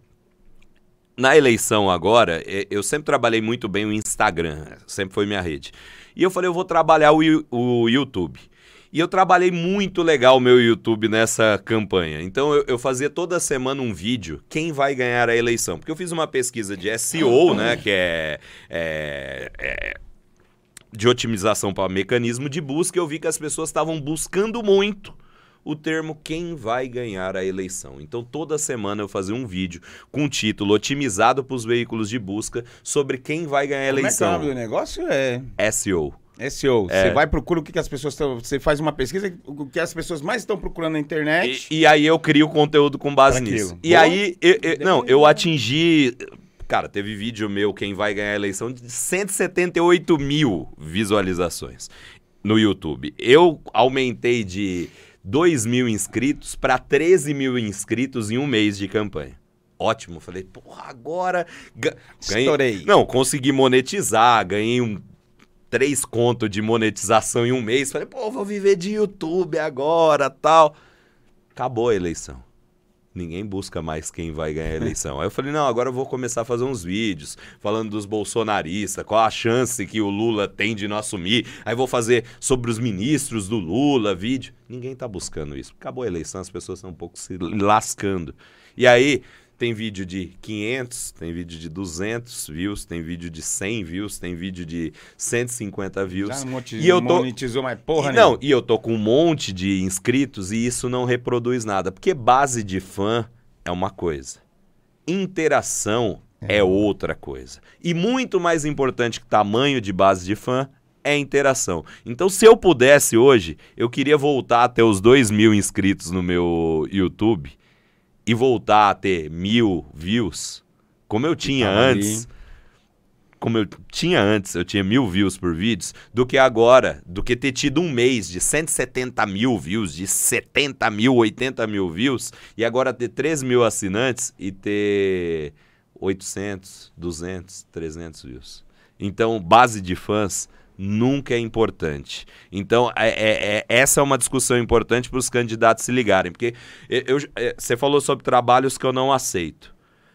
Na eleição agora, eu sempre trabalhei muito bem o Instagram, sempre foi minha rede. E eu falei, eu vou trabalhar o, o YouTube. E eu trabalhei muito legal o meu YouTube nessa campanha. Então eu, eu fazia toda semana um vídeo, quem vai ganhar a eleição. Porque eu fiz uma pesquisa de S E O, né, que é, é, é de otimização para mecanismo de busca, e eu vi que as pessoas estavam buscando muito o termo quem vai ganhar a eleição. Então toda semana eu fazia um vídeo com um título otimizado para os veículos de busca sobre quem vai ganhar a eleição. Como é que é o nome do negócio? É S E O. S E O. É. Você vai procura o que, que as pessoas estão... Você faz uma pesquisa, o que as pessoas mais estão procurando na internet. E, e aí eu crio conteúdo com base pra nisso. Boa. E aí, eu, eu, não, eu atingi... Cara, teve vídeo meu, quem vai ganhar a eleição, de cento e setenta e oito mil visualizações no YouTube. Eu aumentei de dois mil inscritos para treze mil inscritos em um mês de campanha. Ótimo. Falei, porra, agora... Ganhei... Estourei. Não, consegui monetizar, ganhei um... três contos de monetização em um mês. Falei, pô, vou viver de YouTube agora, tal. Acabou a eleição. Ninguém busca mais quem vai ganhar a eleição. Aí eu falei, não, agora eu vou começar a fazer uns vídeos falando dos bolsonaristas, qual a chance que o Lula tem de não assumir. Aí vou fazer sobre os ministros do Lula, vídeo. Ninguém tá buscando isso. Acabou a eleição, as pessoas estão um pouco se lascando. E aí... Tem vídeo de quinhentos, tem vídeo de duzentos views, tem vídeo de cem views, tem vídeo de cento e cinquenta views. Já monetizou, e eu tô monetizou mais porra, e, né? Não, e eu tô com um monte de inscritos e isso não reproduz nada. Porque base de fã é uma coisa. Interação é, é outra coisa. E muito mais importante que tamanho de base de fã é interação. Então, se eu pudesse hoje, eu queria voltar a ter os dois mil inscritos no meu YouTube... e voltar a ter mil views, como eu tinha antes, ali. como eu tinha antes, eu tinha mil views por vídeos, do que agora, do que ter tido um mês de cento e setenta mil views, de setenta mil, oitenta mil views, e agora ter três mil assinantes e ter oitocentos, duzentos, trezentos views. Então, base de fãs nunca é importante. Então, é, é, é, essa é uma discussão importante para os candidatos se ligarem, porque eu, eu, você falou sobre trabalhos que eu não aceito.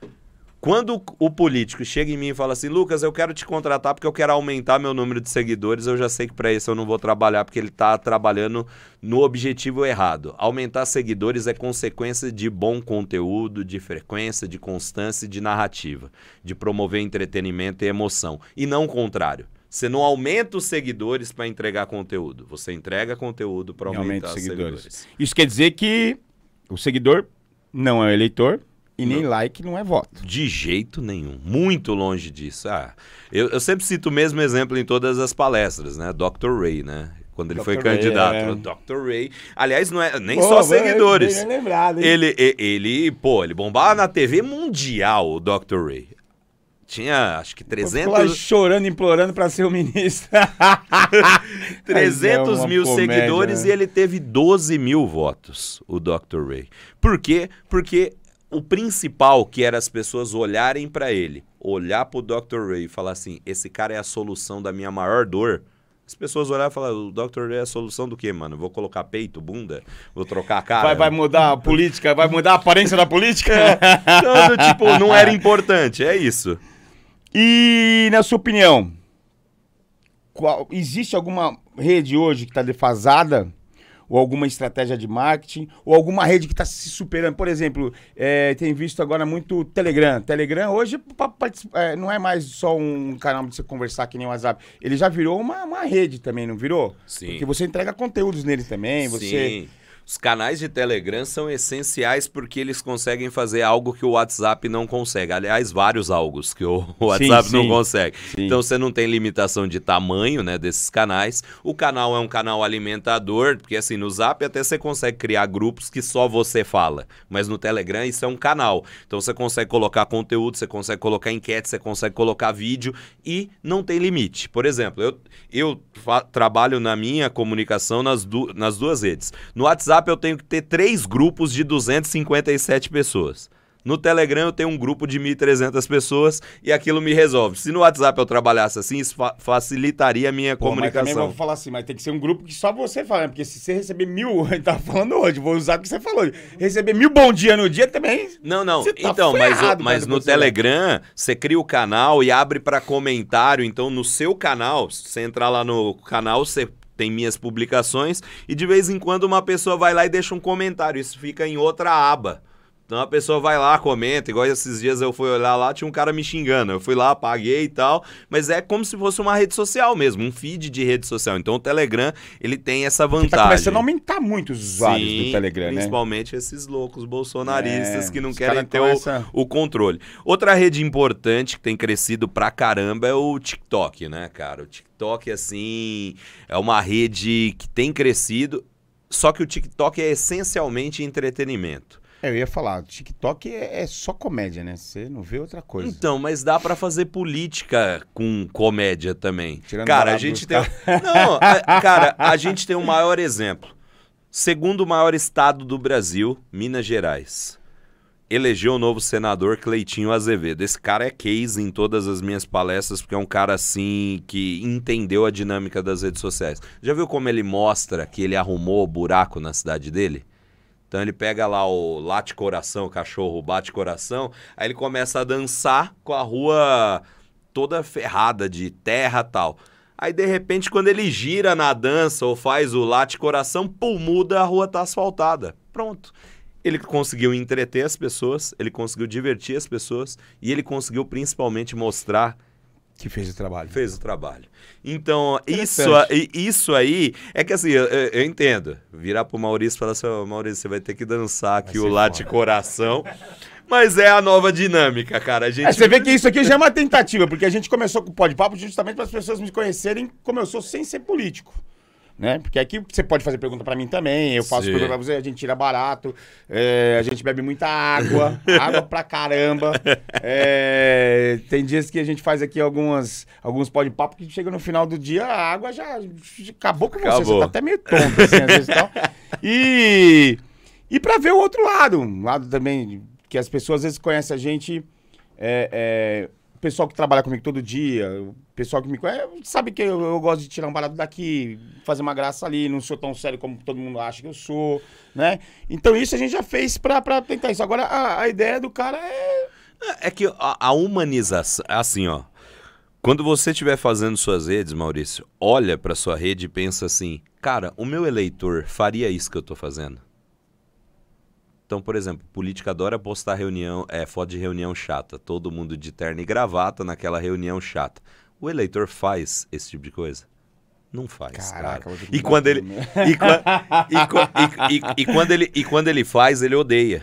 Quando o político chega em mim e fala assim, Lucas, eu quero te contratar porque eu quero aumentar meu número de seguidores, eu já sei que para isso eu não vou trabalhar, porque ele está trabalhando no objetivo errado. Aumentar seguidores é consequência de bom conteúdo, de frequência, de constância e de narrativa, de promover entretenimento e emoção, e não o contrário. Você não aumenta os seguidores para entregar conteúdo. Você entrega conteúdo para aumentar os seguidores. seguidores. Isso quer dizer que o seguidor não é o eleitor e nem não. like não é voto. De jeito nenhum. Muito longe disso. Ah, eu, eu sempre cito o mesmo exemplo em todas as palestras, né? doutor Ray, né? Quando ele doutor foi Ray, candidato. É. doutor Ray. Aliás, não é nem Pô, só seguidores. Bem lembrado, hein? Ele, ele, ele, pô, ele bombava na T V mundial, o doutor Ray. Tinha, acho que trezentos... Ficou lá chorando, implorando para ser o ministro. trezentos mil comédia, seguidores, né? E ele teve doze mil votos, o doutor Ray. Por quê? Porque o principal que era as pessoas olharem para ele, olhar pro doutor Ray e falar assim, esse cara é a solução da minha maior dor. As pessoas olharam e falaram, o doutor Ray é a solução do quê, mano? Vou colocar peito, bunda? Vou trocar a cara? Vai, vai mudar a política? Vai mudar a aparência da política? É, então, tipo, não era importante, é isso. E, na sua opinião, qual, existe alguma rede hoje que está defasada? Ou alguma estratégia de marketing? Ou alguma rede que está se superando? Por exemplo, é, tem visto agora muito Telegram. Telegram hoje pra, pra, é, não é mais só um canal de você conversar que nem o WhatsApp. Ele já virou uma, uma rede também, não virou? Sim. Porque você entrega conteúdos nele também. Você... Sim. Os canais de Telegram são essenciais porque eles conseguem fazer algo que o WhatsApp não consegue. Aliás, vários algo que o WhatsApp sim, não sim. consegue. Sim. Então, você não tem limitação de tamanho, né, desses canais. O canal é um canal alimentador, porque assim, no Zap até você consegue criar grupos que só você fala. Mas no Telegram isso é um canal. Então, você consegue colocar conteúdo, você consegue colocar enquete, você consegue colocar vídeo e não tem limite. Por exemplo, eu, eu trabalho na minha comunicação nas, du nas duas redes. No WhatsApp, eu tenho que ter três grupos de duzentas e cinquenta e sete pessoas. No Telegram eu tenho um grupo de mil e trezentas pessoas e aquilo me resolve. Se no WhatsApp eu trabalhasse assim, isso fa facilitaria a minha Pô, comunicação. Mas também vou falar assim, mas tem que ser um grupo que só você fala, né? Porque se você receber mil, a gente tava falando hoje, vou usar o que você falou, receber mil bom dia no dia também... Não, não, tá então, ferrado, mas, mas no Telegram, você cria o canal e abre para comentário, então no seu canal, se você entrar lá no canal, você... tem minhas publicações e de vez em quando uma pessoa vai lá e deixa um comentário. Isso fica em outra aba. Então a pessoa vai lá, comenta, igual esses dias eu fui olhar lá, tinha um cara me xingando. Eu fui lá, apaguei e tal, mas é como se fosse uma rede social mesmo, um feed de rede social. Então o Telegram, ele tem essa vantagem. Tá começando a aumentar muito os usuários Sim, do Telegram, principalmente né? esses loucos bolsonaristas é, que não querem ter começa... o, o controle. Outra rede importante que tem crescido pra caramba é o TikTok, né, cara? O TikTok, assim, é uma rede que tem crescido, só que o TikTok é essencialmente entretenimento. Eu ia falar, o TikTok é, é só comédia, né? Você não vê outra coisa. Então, mas dá pra fazer política com comédia também. Tirando cara, a gente tem... Não, a, cara, a gente tem o maior exemplo. Segundo maior estado do Brasil, Minas Gerais. Elegeu o novo senador Cleitinho Azevedo. Esse cara é case em todas as minhas palestras, porque é um cara, assim, que entendeu a dinâmica das redes sociais. Já viu como ele mostra que ele arrumou buraco na cidade dele? Então ele pega lá o late-coração, o cachorro bate-coração, aí ele começa a dançar com a rua toda ferrada de terra e tal. Aí de repente quando ele gira na dança ou faz o late-coração, pum, muda, a rua tá asfaltada. Pronto. Ele conseguiu entreter as pessoas, ele conseguiu divertir as pessoas e ele conseguiu principalmente mostrar que fez o trabalho. Fez o trabalho. Então, isso, isso aí, é que assim, eu, eu entendo. Virar pro Maurício e falar assim, oh, Maurício, você vai ter que dançar aqui o late-coração. Mas é a nova dinâmica, cara. A gente... é, você vê que isso aqui já é uma tentativa, porque a gente começou com o Pode Papo justamente para as pessoas me conhecerem como eu sou sem ser político. Né? Porque aqui você pode fazer pergunta pra mim também, eu faço Sim. pergunta pra você, a gente tira barato, é, a gente bebe muita água, água pra caramba. É, tem dias que a gente faz aqui algumas, alguns pó de papo que chega no final do dia, a água já acabou com acabou. você, você tá até meio tonto assim, às vezes tal. E, e pra ver o outro lado, um lado também, que as pessoas às vezes conhecem a gente... É, é, o pessoal que trabalha comigo todo dia, o pessoal que me conhece, sabe que eu, eu gosto de tirar um barato daqui, fazer uma graça ali, não sou tão sério como todo mundo acha que eu sou, né? Então isso a gente já fez pra, pra tentar isso. Agora a, a ideia do cara é... É que a, a humanização, assim, ó, quando você estiver fazendo suas redes, Maurício, olha pra sua rede e pensa assim, cara, o meu eleitor faria isso que eu tô fazendo? Então, por exemplo, política adora postar reunião, é, foto de reunião chata. Todo mundo de terno e gravata naquela reunião chata. O eleitor faz esse tipo de coisa? Não faz, Caraca, cara. E quando ele e, e, e, e, e quando ele e quando ele faz, ele odeia.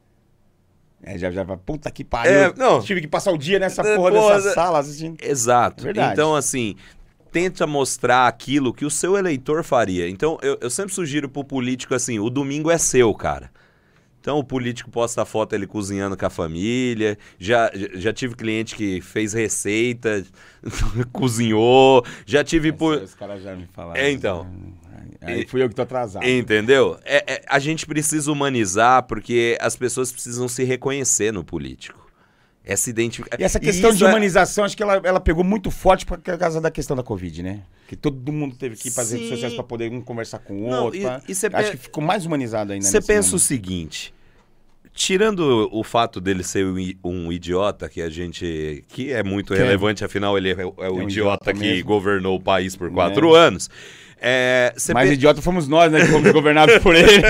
É, já já vai, puta que pariu. É, não. Tive que passar o dia nessa porra, porra dessa sala assistindo. Exato. É então, assim, tenta mostrar aquilo que o seu eleitor faria. Então, eu, eu sempre sugiro pro político assim, o domingo é seu, cara. Então o político posta a foto ele cozinhando com a família, já, já tive cliente que fez receita, cozinhou, já tive... Essa, por... Os caras já me falaram. É, então. Aí fui eu que tô atrasado. Entendeu? É, é, a gente precisa humanizar porque as pessoas precisam se reconhecer no político. Essa identificação. E essa questão e de humanização, é... acho que ela, ela pegou muito forte por causa da questão da Covid, né? Que todo mundo teve que ir para as redes sociais para poder um conversar com o outro. Não, e, e acho pe... que ficou mais humanizado ainda. Você pensa momento. O seguinte: Tirando o fato dele ser um idiota, que a gente. Que é muito que relevante, é? Afinal, ele é, é o é um idiota, idiota que mesmo. Governou o país por quatro é. anos. É, Mais pe... idiota fomos nós, né? Que fomos governados por ele.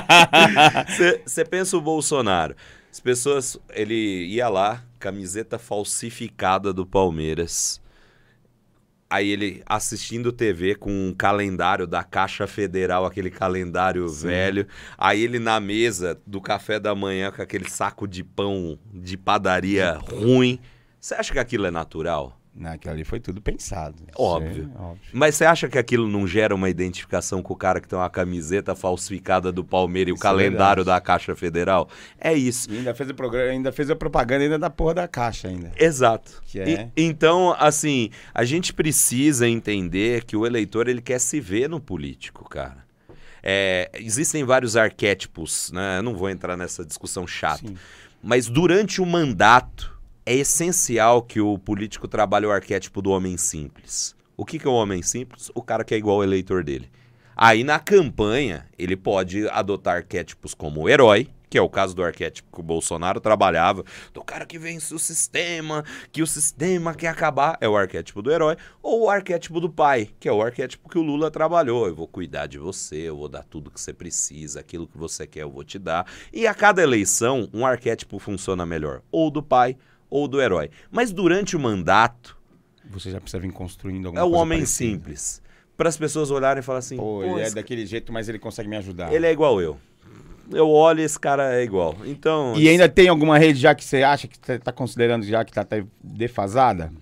Você pensa o Bolsonaro. As pessoas. Ele ia lá, camiseta falsificada do Palmeiras. Aí ele assistindo T V com um calendário da Caixa Federal, aquele calendário Sim. velho. Aí ele na mesa do café da manhã com aquele saco de pão de padaria ruim. Você acha que aquilo é natural? Não, aquilo ali foi tudo pensado. Óbvio. Sim, óbvio. Mas você acha que aquilo não gera uma identificação com o cara que tem uma camiseta falsificada do Palmeiras e o isso calendário é da Caixa Federal? É isso. E ainda fez o programa, ainda fez a propaganda ainda da porra da Caixa ainda. Exato. Que é... e, então, assim, a gente precisa entender que o eleitor ele quer se ver no político, cara. É, existem vários arquétipos, né? Eu não vou entrar nessa discussão chata. Sim. Mas durante o mandato é essencial que o político trabalhe o arquétipo do homem simples. O que, que é o homem simples? O cara que é igual ao eleitor dele. Aí na campanha ele pode adotar arquétipos como o herói, que é o caso do arquétipo que o Bolsonaro trabalhava, do cara que vence o sistema, que o sistema quer acabar, é o arquétipo do herói, ou o arquétipo do pai, que é o arquétipo que o Lula trabalhou. Eu vou cuidar de você, eu vou dar tudo que você precisa, aquilo que você quer eu vou te dar. E a cada eleição um arquétipo funciona melhor, ou do pai, ou do herói. Mas durante o mandato... Você já precisa vir construindo alguma coisa. É o homem parecida. Simples. Para as pessoas olharem e falar assim... Pô, ele é daquele jeito, mas ele consegue me ajudar. Ele é igual eu. Eu olho e esse cara é igual. Então... E ainda tem alguma rede já que você acha que você está considerando já que está tá defasada?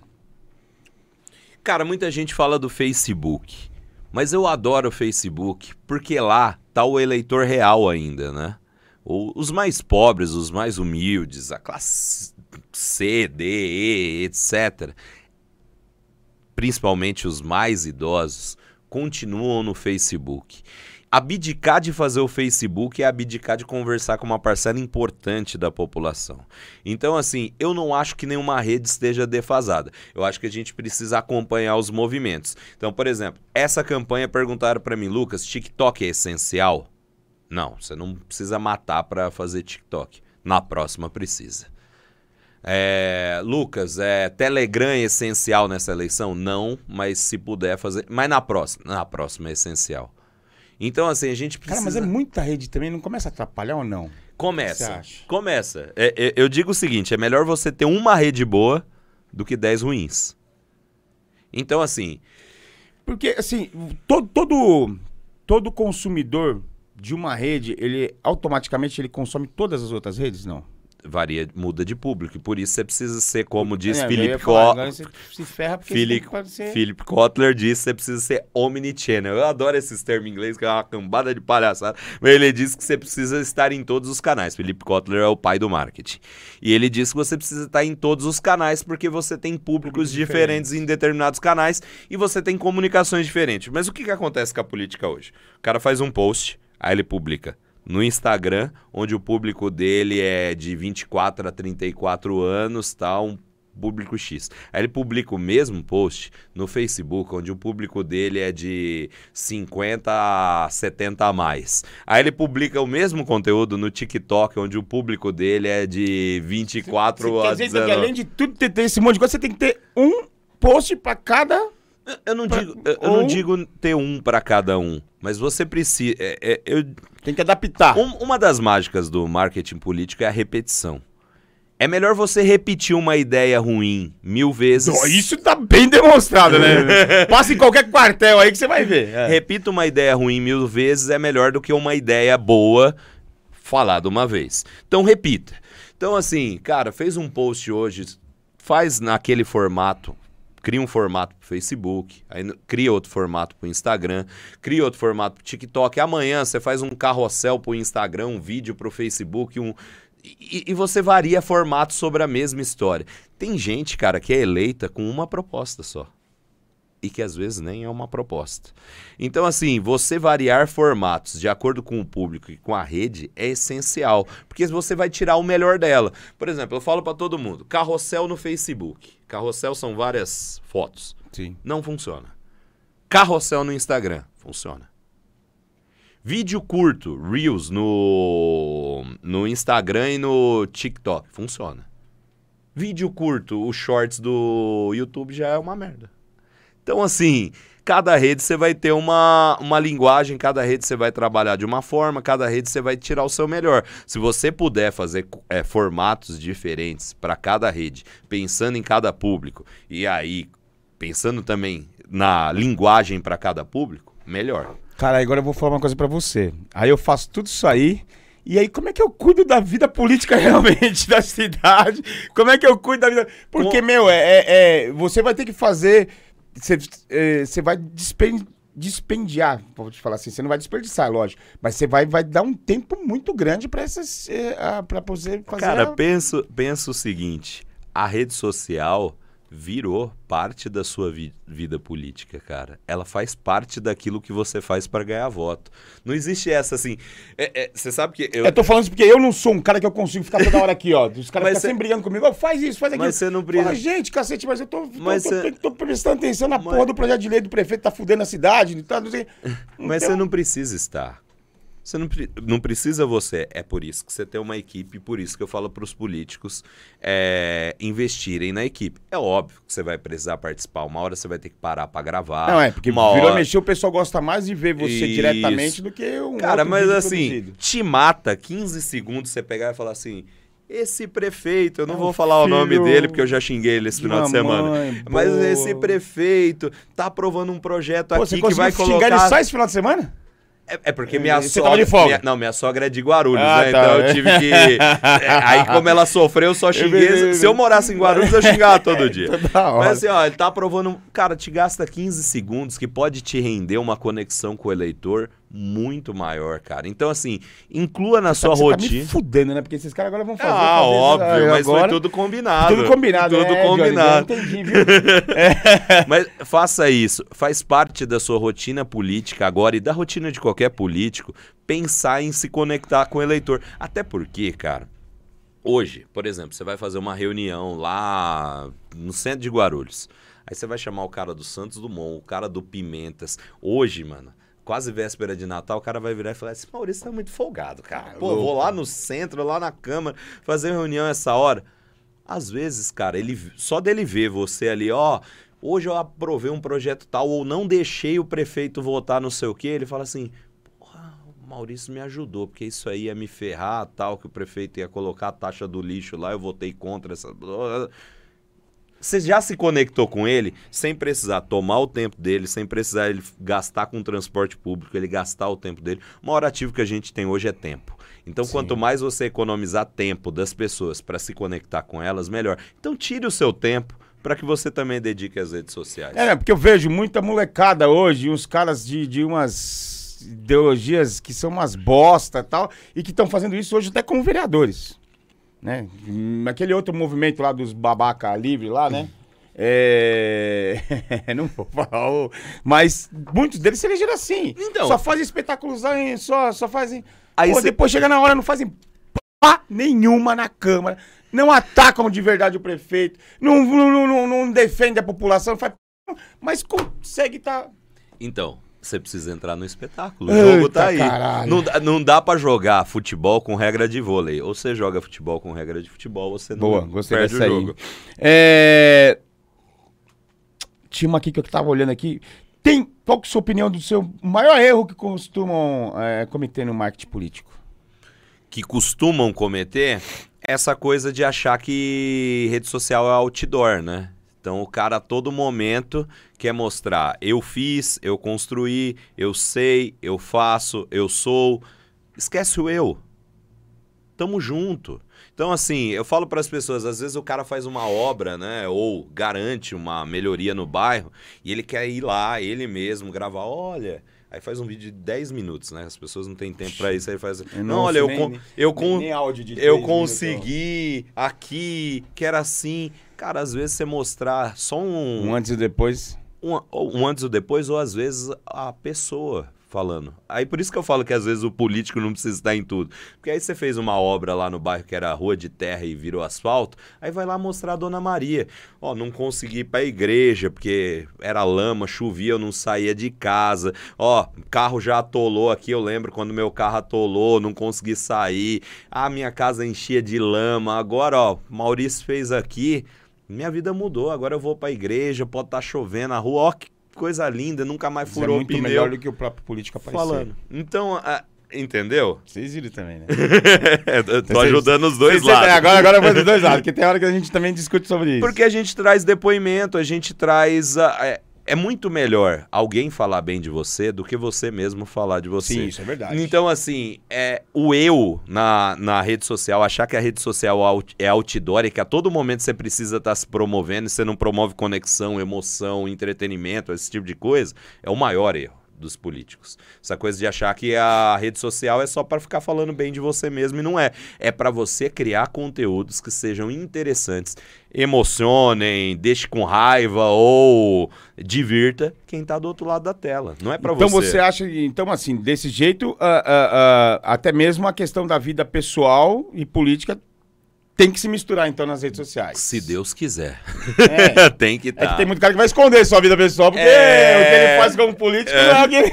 Cara, muita gente fala do Facebook. Mas eu adoro o Facebook porque lá tá o eleitor real ainda, né? O, os mais pobres, os mais humildes, a classe C, D, E, etcétera. Principalmente os mais idosos, continuam no Facebook. Abdicar de fazer o Facebook é abdicar de conversar com uma parcela importante da população. Então, assim, eu não acho que nenhuma rede esteja defasada. Eu acho que a gente precisa acompanhar os movimentos. Então, por exemplo, essa campanha perguntaram para mim, Lucas, TikTok é essencial? Não, você não precisa matar para fazer TikTok. Na próxima precisa. É, Lucas, é, Telegram é essencial nessa eleição? Não, mas se puder fazer... Mas na próxima, na próxima é essencial. Então, assim, a gente precisa... Cara, mas é muita rede também, não começa a atrapalhar ou não? Começa, você acha? Começa. É, é, eu digo o seguinte, é melhor você ter uma rede boa do que dez ruins. Então, assim... Porque, assim, todo, todo, todo consumidor de uma rede, ele automaticamente ele consome todas as outras redes, não? Varia, muda de público, e por isso você precisa ser, como diz é, Philip Kotler, se ferra porque Philip, ser... Philip Kotler diz que você precisa ser omnichannel. Eu adoro esses termos em inglês, que é uma cambada de palhaçada, mas ele diz que você precisa estar em todos os canais. Philip Kotler é o pai do marketing. E ele diz que você precisa estar em todos os canais porque você tem públicos diferentes em determinados canais e você tem comunicações diferentes. Mas o que, que acontece com a política hoje? O cara faz um post, aí ele publica no Instagram, onde o público dele é de vinte e quatro a trinta e quatro anos, tá? Um público X. Aí ele publica o mesmo post no Facebook, onde o público dele é de cinquenta a setenta a mais. Aí ele publica o mesmo conteúdo no TikTok, onde o público dele é de vinte e quatro a dezenove. Quer dizer que além de tudo ter, ter esse monte de coisa, você tem que ter um post para cada... Eu não, pra... digo, eu, eu não digo ter um para cada um, mas você precisa... É, é, eu... Tem que adaptar. Um, uma das mágicas do marketing político é a repetição. É melhor você repetir uma ideia ruim mil vezes... Isso tá bem demonstrado, né? Passa em qualquer quartel aí que você vai ver. É. Repita uma ideia ruim mil vezes é melhor do que uma ideia boa falada uma vez. Então repita. Então assim, cara, fez um post hoje, faz naquele formato... Cria um formato pro Facebook, aí cria outro formato pro Instagram, cria outro formato pro TikTok. Amanhã você faz um carrossel pro Instagram, um vídeo pro Facebook, um... E, e você varia formatos sobre a mesma história. Tem gente, cara, que é eleita com uma proposta só. E que às vezes nem é uma proposta. Então, assim, você variar formatos de acordo com o público e com a rede é essencial. Porque você vai tirar o melhor dela. Por exemplo, eu falo pra todo mundo, carrossel no Facebook. Carrossel são várias fotos. Sim. Não funciona. Carrossel no Instagram. Funciona. Vídeo curto, Reels, no, no Instagram e no TikTok, funciona. Vídeo curto, os shorts do YouTube já é uma merda. Então, assim, cada rede você vai ter uma, uma linguagem, cada rede você vai trabalhar de uma forma, cada rede você vai tirar o seu melhor. Se você puder fazer é, formatos diferentes para cada rede, pensando em cada público, e aí pensando também na linguagem para cada público, melhor. Cara, agora eu vou falar uma coisa pra você. Aí eu faço tudo isso aí, e aí como é que eu cuido da vida política realmente da cidade? Como é que eu cuido da vida... Porque, Com... meu, é, é, é, você vai ter que fazer... Você, é, você vai dispen... dispendiar, vou te falar assim, você não vai desperdiçar, lógico, mas você vai, vai dar um tempo muito grande pra, essas, é, pra você fazer... Cara, a... penso, penso o seguinte, a rede social... virou parte da sua vi vida política, cara. Ela faz parte daquilo que você faz para ganhar voto. Não existe essa, assim... Você é, é, sabe que... Eu... eu tô falando isso porque eu não sou um cara que eu consigo ficar toda hora aqui, ó. Os caras ficam cê... sempre brigando comigo. Oh, faz isso, faz aquilo. Mas você não precisa... Fala, gente, cacete, mas eu tô, mas tô, cê... tô, tô prestando atenção na mas... porra do projeto de lei do prefeito, tá fudendo a cidade. Tá, não sei... Mas você então... não precisa estar. Você não, não precisa você, é por isso que você tem uma equipe, por isso que eu falo para os políticos é, investirem na equipe. É óbvio que você vai precisar participar, uma hora você vai ter que parar para gravar. Não, é, porque uma virou hora... mexer, o pessoal gosta mais de ver você isso. diretamente do que um Cara, outro mas vídeo assim, produzido. Te mata quinze segundos você pegar e falar assim... Esse prefeito, eu não é vou falar o nome dele porque eu já xinguei ele esse final de semana. Mãe, mas esse prefeito tá aprovando um projeto Pô, aqui você que vai colocar... xingar ele só esse final de semana? É, é porque minha Você sogra... tava de folga? Minha, não, minha sogra é de Guarulhos, ah, né? Tá, então é. eu tive que... É, aí como ela sofreu, eu só xinguei. Se eu morasse em Guarulhos, eu xingava todo dia. Mas assim, ó, ele tá aprovando... Cara, te gasta quinze segundos que pode te render uma conexão com o eleitor muito maior, cara. Então, assim, inclua na sua você rotina... Tá me fudendo, né? Porque esses caras agora vão fazer... Ah, fazer, óbvio, ah, mas agora... foi tudo combinado. Tudo combinado, Tudo é, combinado. Johnny, eu entendi, viu? é. Mas faça isso. Faz parte da sua rotina política agora e da rotina de qualquer político pensar em se conectar com o eleitor. Até porque, cara, hoje, por exemplo, você vai fazer uma reunião lá no centro de Guarulhos. Aí você vai chamar o cara do Santos Dumont, o cara do Pimentas. Hoje, mano, quase véspera de Natal, o cara vai virar e falar assim, Maurício tá muito folgado, cara. Pô, vou lá no centro, lá na Câmara, fazer reunião essa hora. Às vezes, cara, ele, só dele ver você ali, ó, hoje eu aprovei um projeto tal, ou não deixei o prefeito votar não sei o quê, ele fala assim, porra, o Maurício me ajudou, porque isso aí ia me ferrar, tal, que o prefeito ia colocar a taxa do lixo lá, eu votei contra essa... Você já se conectou com ele sem precisar tomar o tempo dele, sem precisar ele gastar com transporte público, ele gastar o tempo dele. O maior ativo que a gente tem hoje é tempo. Então, Sim. quanto mais você economizar tempo das pessoas para se conectar com elas, melhor. Então, tire o seu tempo para que você também dedique às redes sociais. É, porque eu vejo muita molecada hoje, uns caras de, de umas ideologias que são umas bosta e tal, e que estão fazendo isso hoje até como vereadores. Né? Aquele outro movimento lá dos babaca livre lá, né? É... não vou falar, mas muitos deles se elegeram assim. Então, só fazem espetáculos, só, só fazem... Aí Pô, cê... depois chega na hora, não fazem p nenhuma na Câmara, não atacam de verdade o prefeito, não, não, não, não defende a população, faz p... mas consegue estar... Tá... Então... Você precisa entrar no espetáculo. O jogo Eita, tá aí. Não, não dá pra jogar futebol com regra de vôlei. Ou você joga futebol com regra de futebol, ou você não Boa, gostei perde dessa o jogo. Aí. É... Tinha uma aqui que eu tava olhando aqui. Tem, qual que é a sua opinião do seu maior erro que costumam é, cometer no marketing político? Que costumam cometer? Essa coisa de achar que rede social é outdoor, né? Então o cara a todo momento quer mostrar, eu fiz, eu construí, eu sei, eu faço, eu sou. Esquece o eu. Tamo junto. Então assim, eu falo para as pessoas, às vezes o cara faz uma obra, né, ou garante uma melhoria no bairro e ele quer ir lá, ele mesmo, gravar, olha... Aí faz um vídeo de dez minutos, né? As pessoas não têm tempo pra isso. Aí faz. Não, não olha, eu, nem, con... eu, con... nem, nem áudio de eu consegui minutos. Aqui, que era assim. Cara, às vezes você mostrar só um. Um antes e depois. Um, um antes e depois, ou às vezes a pessoa falando. Aí por isso que eu falo que às vezes o político não precisa estar em tudo. Porque aí você fez uma obra lá no bairro que era rua de terra e virou asfalto, aí vai lá mostrar a Dona Maria. Ó, não consegui ir pra igreja porque era lama, chovia, eu não saía de casa. Ó, carro já atolou aqui, eu lembro quando meu carro atolou, não consegui sair. Ah, minha casa enchia de lama. Agora, ó, Maurício fez aqui, minha vida mudou. Agora eu vou pra igreja, pode estar chovendo na rua, ó, que coisa linda, nunca mais furou é muito pneu. melhor do que o próprio político aparecer. Falando. Então, a, entendeu? Vocês viram também, né? Tô ajudando os dois lados. Agora, agora eu vou dos dois lados, porque tem hora que a gente também discute sobre isso. Porque a gente traz depoimento, a gente traz... A, é, é muito melhor alguém falar bem de você do que você mesmo falar de você. Sim, isso é verdade. Então, assim, é, o eu na, na rede social, achar que a rede social é outdoor e que a todo momento você precisa estar se promovendo e você não promove conexão, emoção, entretenimento, esse tipo de coisa, é o maior erro dos políticos. Essa coisa de achar que a rede social é só para ficar falando bem de você mesmo, e não é. É para você criar conteúdos que sejam interessantes, emocionem, deixe com raiva ou divirta quem tá do outro lado da tela. Não é para você. Então você acha que, então assim, desse jeito, uh, uh, uh, até mesmo a questão da vida pessoal e política tem que se misturar, então, nas redes sociais. Se Deus quiser. É. Tem que estar. É que tem muito cara que vai esconder sua vida pessoal, porque é... o que ele faz como político é, não é o que ele...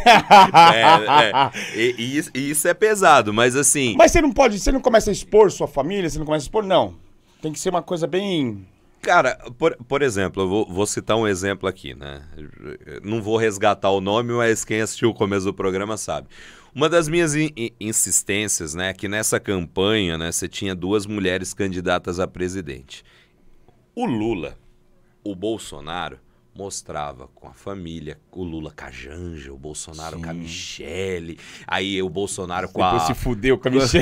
é, é. E, e, isso, e isso é pesado, mas assim... Mas você não pode, você não começa a expor sua família, você não começa a expor, não. Tem que ser uma coisa bem... Cara, por, por exemplo, eu vou, vou citar um exemplo aqui, né? Não vou resgatar o nome, mas quem assistiu o começo do programa sabe. Uma das minhas in, in, insistências, né, que nessa campanha, né, você tinha duas mulheres candidatas a presidente. O Lula, o Bolsonaro, mostrava com a família, o Lula com a Janja, o Bolsonaro Sim. com a Michele, aí o Bolsonaro com Depois a... Depois se fudeu com a Michele.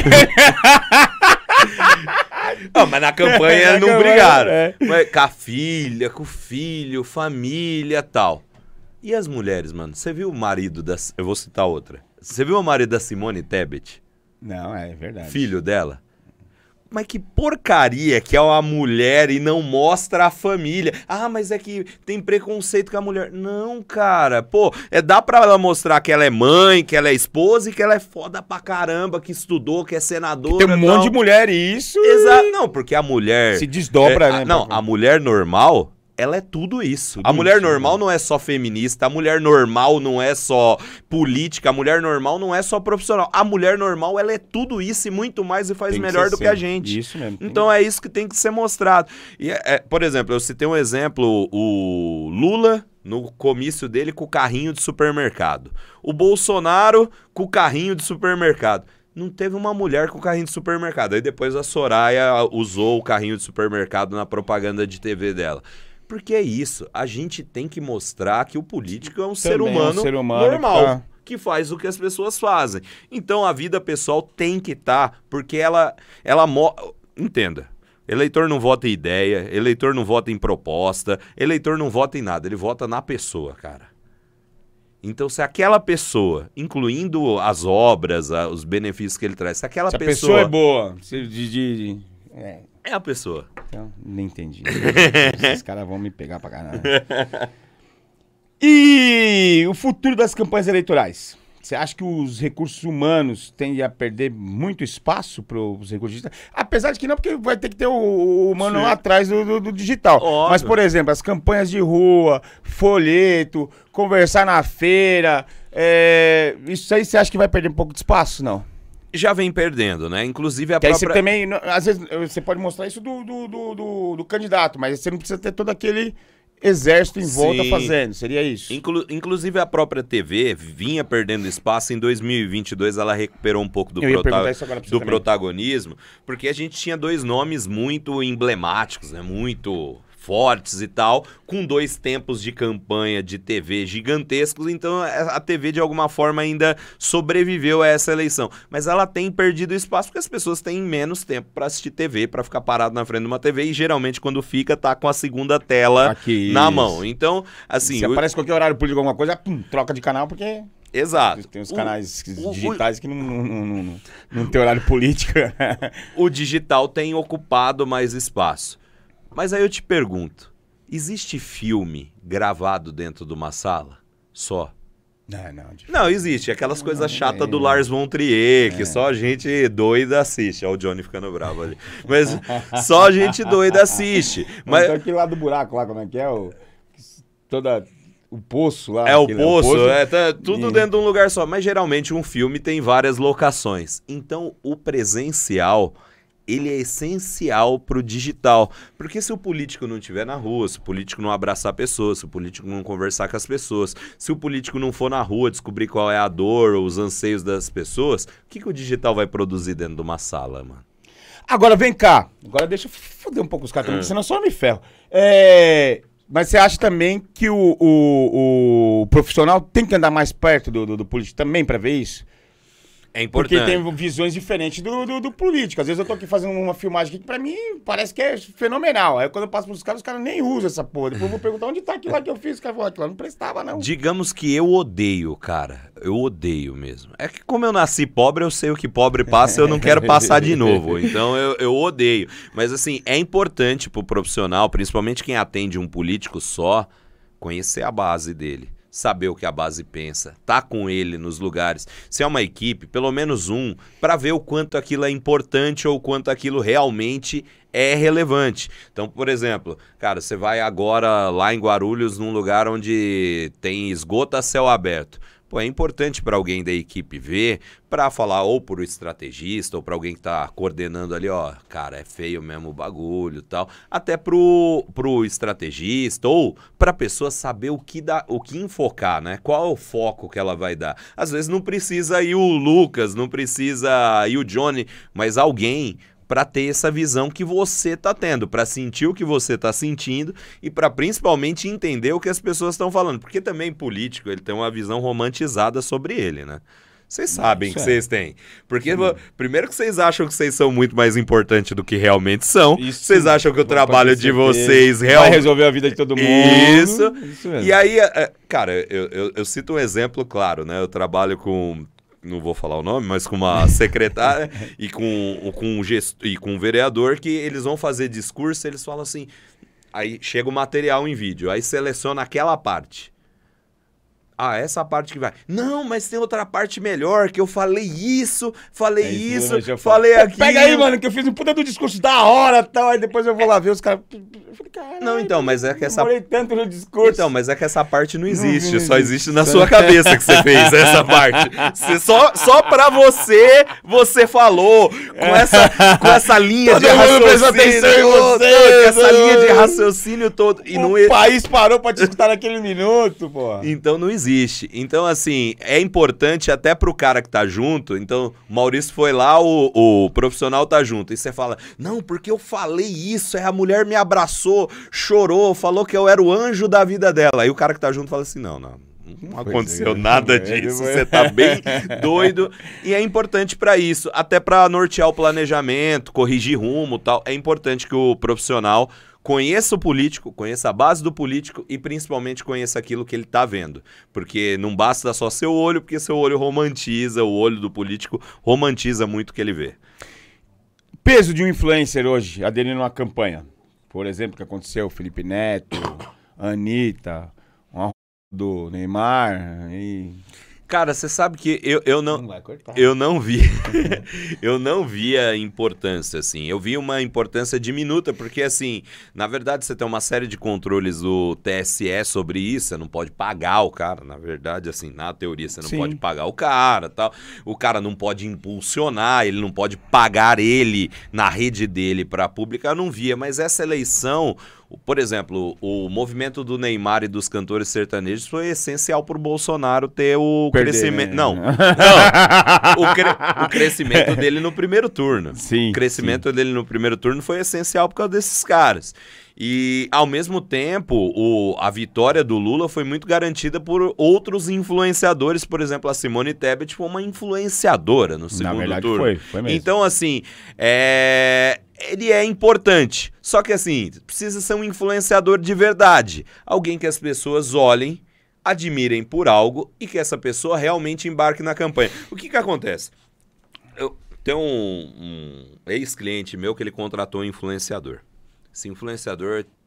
Não, mas na campanha não brigaram. É. Mas com a filha, com o filho, família e tal. E as mulheres, mano? Você viu o marido da... Eu vou citar outra. Você viu o marido da Simone Tebet? Não, é verdade. Filho dela? Mas que porcaria que é uma mulher e não mostra a família. Ah, mas é que tem preconceito com a mulher. Não, cara. Pô, é, dá pra ela mostrar que ela é mãe, que ela é esposa e que ela é foda pra caramba, que estudou, que é senadora. Que tem um monte de mulher e isso... Exato. Não, porque a mulher... Se desdobra, é, né? A, não, a mulher normal... Ela é tudo isso. Tudo a mulher isso, normal né? não é só feminista, a mulher normal não é só política, a mulher normal não é só profissional. A mulher normal, ela é tudo isso e muito mais e faz melhor do que a gente. Isso mesmo. Então é isso que tem que ser mostrado. E, é, por exemplo, eu citei um exemplo, o Lula no comício dele com o carrinho de supermercado. O Bolsonaro com o carrinho de supermercado. Não teve uma mulher com carrinho de supermercado. Aí depois a Soraya usou o carrinho de supermercado na propaganda de T V dela. Porque é isso, a gente tem que mostrar que o político é um, ser humano, é um ser humano normal, que, tá... que faz o que as pessoas fazem. Então a vida pessoal tem que estar, tá, porque ela, ela mo... entenda, eleitor não vota em ideia, eleitor não vota em proposta, eleitor não vota em nada, ele vota na pessoa, cara. Então se aquela pessoa, incluindo as obras, a, os benefícios que ele traz, se aquela se pessoa... Se a pessoa é boa, se de... de, de... É. É a pessoa. Então, nem entendi. Esses caras vão me pegar pra caralho. E o futuro das campanhas eleitorais? Você acha que os recursos humanos tendem a perder muito espaço para os recursos digitais? Apesar de que não, porque vai ter que ter o, o humano Sim. lá atrás do, do, do digital. Óbvio. Mas, por exemplo, as campanhas de rua, folheto, conversar na feira, é, isso aí você acha que vai perder um pouco de espaço, não? Já vem perdendo, né? Inclusive a que própria... aí você também, às vezes, você pode mostrar isso do, do, do, do, do candidato, mas você não precisa ter todo aquele exército em volta Sim. fazendo, seria isso? Inclu inclusive a própria T V vinha perdendo espaço, em dois mil e vinte e dois ela recuperou um pouco do, prota do protagonismo, porque a gente tinha dois nomes muito emblemáticos, né? Muito... fortes e tal, com dois tempos de campanha de T V gigantescos, então a T V de alguma forma ainda sobreviveu a essa eleição, mas ela tem perdido espaço porque as pessoas têm menos tempo para assistir T V, para ficar parado na frente de uma T V, e geralmente quando fica tá com a segunda tela Aqui, na isso. mão, então assim... Se o... aparece qualquer horário político alguma coisa, pum, troca de canal porque... Exato. Tem os canais o, digitais o, que não, não, não, não, não tem horário político. O digital tem ocupado mais espaço. Mas aí eu te pergunto, existe filme gravado dentro de uma sala? Só. Não, não. Difícil. Não, existe. Aquelas não, coisas chatas é. do Lars von Trier, que é. só gente doida assiste. Olha o Johnny ficando bravo ali. Mas só gente doida assiste. Mas então, aquele lá do buraco, lá, como é que é? O... Toda... O poço lá. É o poço, é, o poço. é tá tudo e... dentro de um lugar só. Mas geralmente um filme tem várias locações. Então o presencial, ele é essencial pro digital. Porque se o político não estiver na rua, se o político não abraçar pessoas, se o político não conversar com as pessoas, se o político não for na rua descobrir qual é a dor ou os anseios das pessoas, o que, que o digital vai produzir dentro de uma sala, mano? Agora vem cá. Agora deixa eu foder um pouco os caras, hum. senão só me ferro. É... Mas você acha também que o, o, o profissional tem que andar mais perto do, do, do político também para ver isso? É importante. Porque tem visões diferentes do, do, do político. Às vezes eu tô aqui fazendo uma filmagem que pra mim parece que é fenomenal. Aí quando eu passo pros caras, os caras nem usam essa porra. Depois eu vou perguntar onde tá aquilo lá que eu fiz. Os caras falam, aquilo lá não prestava, não. Digamos que eu odeio, cara. Eu odeio mesmo. É que como eu nasci pobre, eu sei o que pobre passa, eu não quero passar de novo. Então eu, eu odeio. Mas assim, é importante pro profissional, principalmente quem atende um político só, conhecer a base dele. Saber o que a base pensa, tá com ele nos lugares. Se é uma equipe, pelo menos um, para ver o quanto aquilo é importante ou o quanto aquilo realmente é relevante. Então, por exemplo, cara, você vai agora lá em Guarulhos, num lugar onde tem esgoto a céu aberto. Pô, é importante para alguém da equipe ver, para falar ou para o estrategista ou para alguém que está coordenando ali, ó, cara, é feio mesmo o bagulho e tal, até pro, pro estrategista ou para a pessoa saber o que, dá, o que enfocar, né? Qual é o foco que ela vai dar. Às vezes não precisa ir o Lucas, não precisa ir o Johnny, mas alguém para ter essa visão que você tá tendo, para sentir o que você tá sentindo e para principalmente entender o que as pessoas estão falando, porque também político, ele tem uma visão romantizada sobre ele, né? Vocês sabem Isso que é. vocês têm. Porque, Sim. primeiro que vocês acham que vocês são muito mais importantes do que realmente são. Isso. Vocês acham que o trabalho de vocês realmente... vai resolver a vida de todo mundo. Isso. Isso mesmo. E aí, cara, eu, eu, eu cito um exemplo claro, né? Eu trabalho com... não vou falar o nome, mas com uma secretária e, com, com um gesto, e com um vereador que eles vão fazer discurso, eles falam assim, aí chega o material em vídeo, aí seleciona aquela parte. Ah, essa parte que vai. Não, mas tem outra parte melhor, que eu falei isso, falei é isso, isso falei aquilo. Pega aí, mano, que eu fiz um puta do discurso da hora e tal, aí depois eu vou lá ver os caras... Não, então, mas é que essa... Eu tanto no discurso. Então, mas é que essa parte não existe, não, não só existe na sua cabeça que você fez essa parte. Você, só, só pra você, você falou, com essa, com essa linha todo de raciocínio. Atenção em você, com essa linha de raciocínio todo. E o não... país parou pra te escutar naquele minuto, pô. Então não existe. Existe. Então, assim, é importante até pro cara que tá junto. Então, o Maurício foi lá, o, o profissional tá junto. E você fala, não, porque eu falei isso, aí a mulher me abraçou, chorou, falou que eu era o anjo da vida dela. Aí o cara que tá junto fala assim, não, não. Não aconteceu é, nada disso, é, você tá bem doido. E é importante para isso, até para nortear o planejamento, corrigir rumo e tal. É importante que o profissional conheça o político, conheça a base do político e principalmente conheça aquilo que ele tá vendo. Porque não basta só seu olho, porque seu olho romantiza, o olho do político romantiza muito o que ele vê. Peso de um influencer hoje aderindo a uma campanha. Por exemplo, o que aconteceu, Felipe Neto, Anitta, uma do Neymar e... Cara, você sabe que eu, eu não, não eu não vi eu não vi a importância, assim. Eu vi uma importância diminuta, porque, assim, na verdade, você tem uma série de controles do T S E sobre isso, você não pode pagar o cara, na verdade, assim, na teoria, você não Sim. pode pagar o cara, tal. O cara não pode impulsionar, ele não pode pagar ele na rede dele para publicar, eu não via, mas essa eleição... Por exemplo, o movimento do Neymar e dos cantores sertanejos foi essencial para o Bolsonaro ter o Perder, crescimento... Né? Não, não. O, cre... o crescimento dele no primeiro turno. Sim, o crescimento sim. dele no primeiro turno foi essencial por causa desses caras. E, ao mesmo tempo, o, a vitória do Lula foi muito garantida por outros influenciadores. Por exemplo, a Simone Tebet foi uma influenciadora no segundo Na verdade, turno. Foi, foi mesmo. Então, assim, é... ele é importante. Só que, assim, precisa ser um influenciador de verdade. Alguém que as pessoas olhem, admirem por algo e que essa pessoa realmente embarque na campanha. O que que acontece? Eu tenho um, um ex-cliente meu que ele contratou um influenciador. Esse influenciador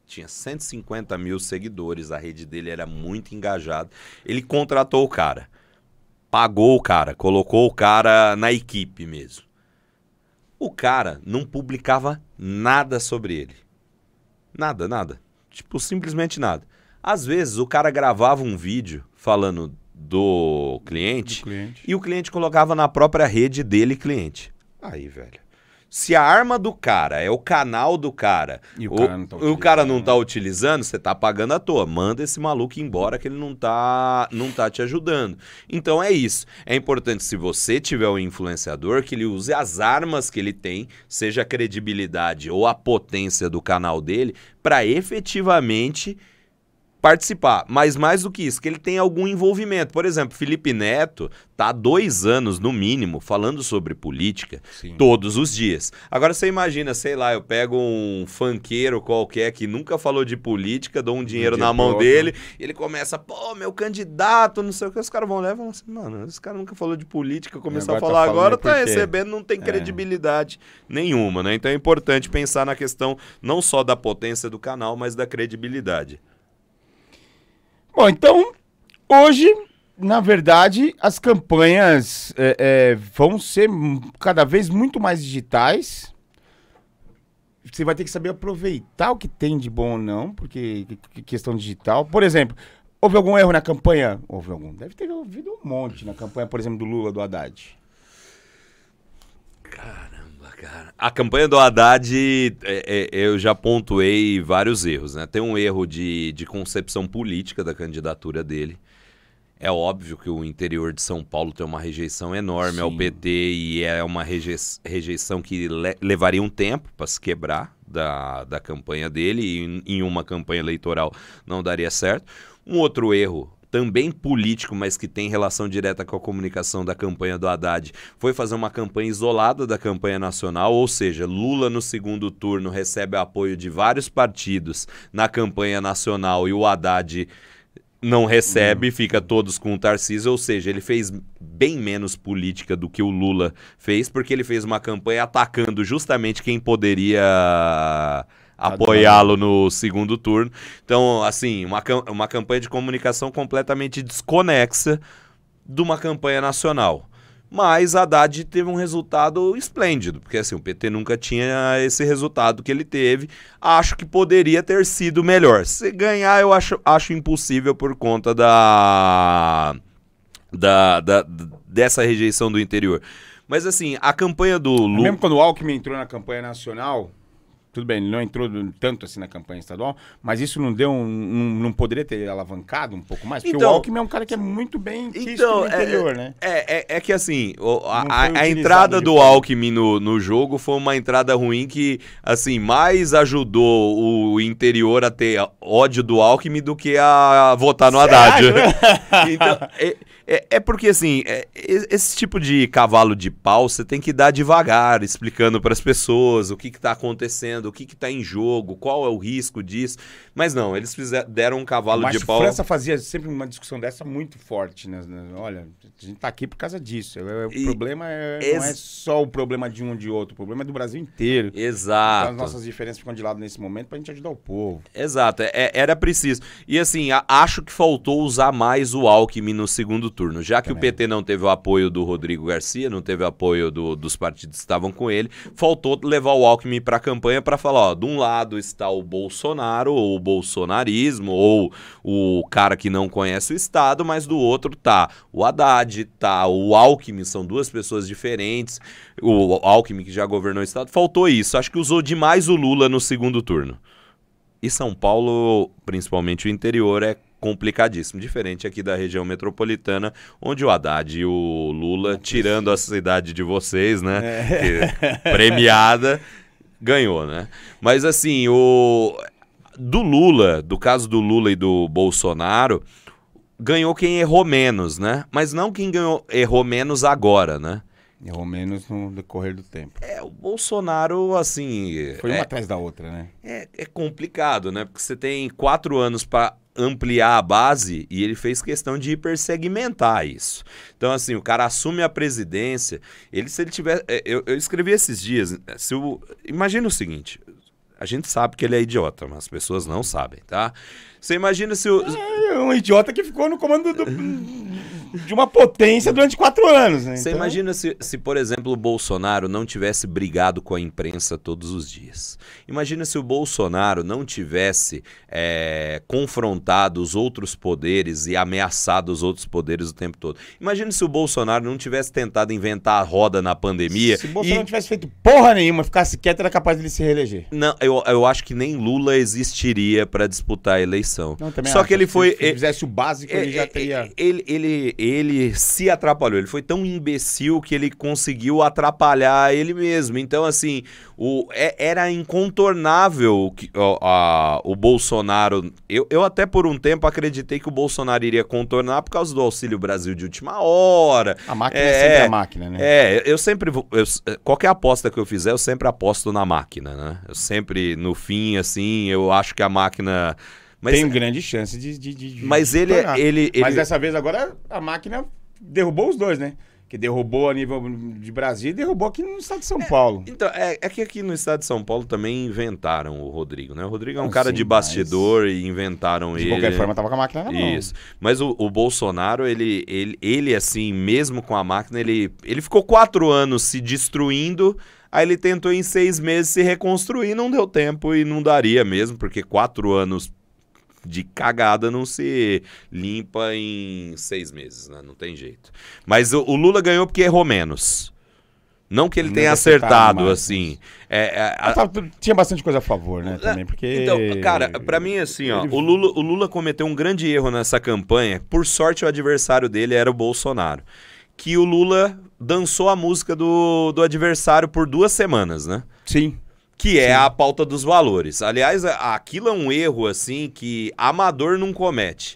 tinha cento e cinquenta mil seguidores, a rede dele era muito engajada. Ele contratou o cara, pagou o cara, colocou o cara na equipe mesmo. O cara não publicava nada sobre ele. Nada, nada. Tipo, simplesmente nada. Às vezes, o cara gravava um vídeo falando do cliente, do cliente e o cliente colocava na própria rede dele, cliente. Aí, velho. Se a arma do cara é o canal do cara, e o, o, cara, não tá o cara não tá utilizando, você tá pagando à toa. Manda esse maluco embora que ele não tá, não tá te ajudando. Então é isso. É importante, se você tiver um influenciador, que ele use as armas que ele tem, seja a credibilidade ou a potência do canal dele, para efetivamente participar, mas mais do que isso, que ele tem algum envolvimento. Por exemplo, Felipe Neto tá há dois anos, no mínimo, falando sobre política. Sim. Todos os dias. Agora você imagina, sei lá, eu pego um funkeiro qualquer que nunca falou de política, dou um dinheiro um na mão outro. dele, e ele começa, pô, meu candidato, não sei o que, os caras vão lá e falam assim, mano, esse cara nunca falou de política, começou a falar tá agora, tá recebendo, não tem credibilidade é. nenhuma, né? Então é importante pensar na questão não só da potência do canal, mas da credibilidade. Bom, então, hoje, na verdade, as campanhas é, é, vão ser cada vez muito mais digitais. Você vai ter que saber aproveitar o que tem de bom ou não, porque questão digital. Por exemplo, houve algum erro na campanha? Houve algum. Deve ter havido um monte na campanha, por exemplo, do Lula, do Haddad. Caramba, cara. A campanha do Haddad, é, é, eu já pontuei vários erros, né? Tem um erro de, de concepção política da candidatura dele. É óbvio que o interior de São Paulo tem uma rejeição enorme Sim. ao P T e é uma reje rejeição que le levaria um tempo para se quebrar da, da campanha dele e em, em uma campanha eleitoral não daria certo. Um outro erro também político, mas que tem relação direta com a comunicação da campanha do Haddad, foi fazer uma campanha isolada da campanha nacional, ou seja, Lula no segundo turno recebe apoio de vários partidos na campanha nacional e o Haddad não recebe, hum. fica todos com o Tarcísio, ou seja, ele fez bem menos política do que o Lula fez, porque ele fez uma campanha atacando justamente quem poderia apoiá-lo no segundo turno. Então, assim, uma, uma campanha de comunicação completamente desconexa de uma campanha nacional. Mas Haddad teve um resultado esplêndido, porque assim, o P T nunca tinha esse resultado que ele teve. Acho que poderia ter sido melhor. Se ganhar, eu acho, acho impossível por conta da, da, da, dessa rejeição do interior. Mas assim, a campanha do Lula... Mesmo quando o Alckmin entrou na campanha nacional... Tudo bem, ele não entrou tanto assim na campanha estadual, mas isso não deu um, um, não poderia ter alavancado um pouco mais? Porque então, o Alckmin é um cara que é muito bem quisto então, no interior, é, né? É, é, é que assim, a, a, a entrada do Alckmin no, no jogo foi uma entrada ruim que, assim, mais ajudou o interior a ter ódio do Alckmin do que a votar no Haddad. Então, é, é, é porque, assim, é, esse tipo de cavalo de pau você tem que dar devagar, explicando para as pessoas o que está acontecendo, o que está em jogo, qual é o risco disso. Mas não, eles fizeram, deram um cavalo Mas de pau. A França fazia sempre uma discussão dessa muito forte, né? Olha, a gente tá aqui por causa disso. O e problema é, ex... não é só o problema de um ou de outro, o problema é do Brasil inteiro. Exato. Então, as nossas diferenças ficam de lado nesse momento pra gente ajudar o povo. Exato, é, era preciso. E assim, a, acho que faltou usar mais o Alckmin no segundo turno, já que Também. o P T não teve o apoio do Rodrigo Garcia, não teve o apoio do, dos partidos que estavam com ele, faltou levar o Alckmin pra campanha para falar, ó, de um lado está o Bolsonaro, ou o bolsonarismo, ou o cara que não conhece o Estado, mas do outro tá o Haddad, tá o Alckmin, são duas pessoas diferentes, o Alckmin que já governou o Estado, faltou isso, acho que usou demais o Lula no segundo turno. E São Paulo, principalmente o interior, é complicadíssimo, diferente aqui da região metropolitana, onde o Haddad e o Lula, tirando a cidade de vocês, né, é. premiada, ganhou, né? Mas assim, o do Lula, do caso do Lula e do Bolsonaro, ganhou quem errou menos, né? Mas não quem ganhou, errou menos agora, né? Errou menos no decorrer do tempo. É, o Bolsonaro, assim... Foi uma é, atrás da outra, né? É, é complicado, né? Porque você tem quatro anos para ampliar a base e ele fez questão de hipersegmentar isso. Então, assim, o cara assume a presidência, ele se ele tiver... Eu, eu escrevi esses dias, se o, imagina o seguinte, A gente sabe que ele é idiota, mas as pessoas não sabem, tá? Você imagina se o... É um idiota que ficou no comando do, de uma potência durante quatro anos, né? Você então... imagina se, se, por exemplo, o Bolsonaro não tivesse brigado com a imprensa todos os dias. Imagina se o Bolsonaro não tivesse é, confrontado os outros poderes e ameaçado os outros poderes o tempo todo. Imagina se o Bolsonaro não tivesse tentado inventar a roda na pandemia. Se o Bolsonaro e... não tivesse feito porra nenhuma, ficasse quieto, era capaz de ele se reeleger. Não, eu, eu acho que nem Lula existiria para disputar a eleição. Não, Só acho. que ele foi... Se ele fizesse o básico, ele já teria... Ele, ele, ele se atrapalhou. Ele foi tão imbecil que ele conseguiu atrapalhar ele mesmo. Então, assim, o, é, era incontornável que, ó, a, o Bolsonaro... Eu, eu até por um tempo acreditei que o Bolsonaro iria contornar por causa do Auxílio Brasil de última hora. A máquina é, é sempre a máquina, né? É, eu sempre... Eu, qualquer aposta que eu fizer, eu sempre aposto na máquina, né? Eu sempre, no fim, assim, eu acho que a máquina... Mas, tem grande chance de, de, de mas de ele, ele, ele... Mas dessa vez agora a máquina derrubou os dois, né? Que derrubou a nível de Brasil e derrubou aqui no estado de São é, Paulo. Então, é, é que aqui no estado de São Paulo também inventaram o Rodrigo, né? O Rodrigo é um Não, cara sim, de bastidor mas... e inventaram de ele. De qualquer forma, tava com a máquina na mão. Isso. Mas o, o Bolsonaro, ele, ele, ele, assim, mesmo com a máquina, ele, ele ficou quatro anos se destruindo. Aí ele tentou em seis meses se reconstruir, não deu tempo e não daria mesmo, porque quatro anos de cagada não se limpa em seis meses, né? Não tem jeito. Mas o, o Lula ganhou porque errou menos. Não que ele não tenha acertado, mais, assim. É, é, a... tava, tinha bastante coisa a favor, né, também, porque... Então, cara, pra mim, assim, ó, ele... o, Lula, o Lula cometeu um grande erro nessa campanha. Por sorte, o adversário dele era o Bolsonaro. Que o Lula dançou a música do, do adversário por duas semanas, né? Sim. Que é Sim. a pauta dos valores. Aliás, aquilo é um erro, assim, que amador não comete.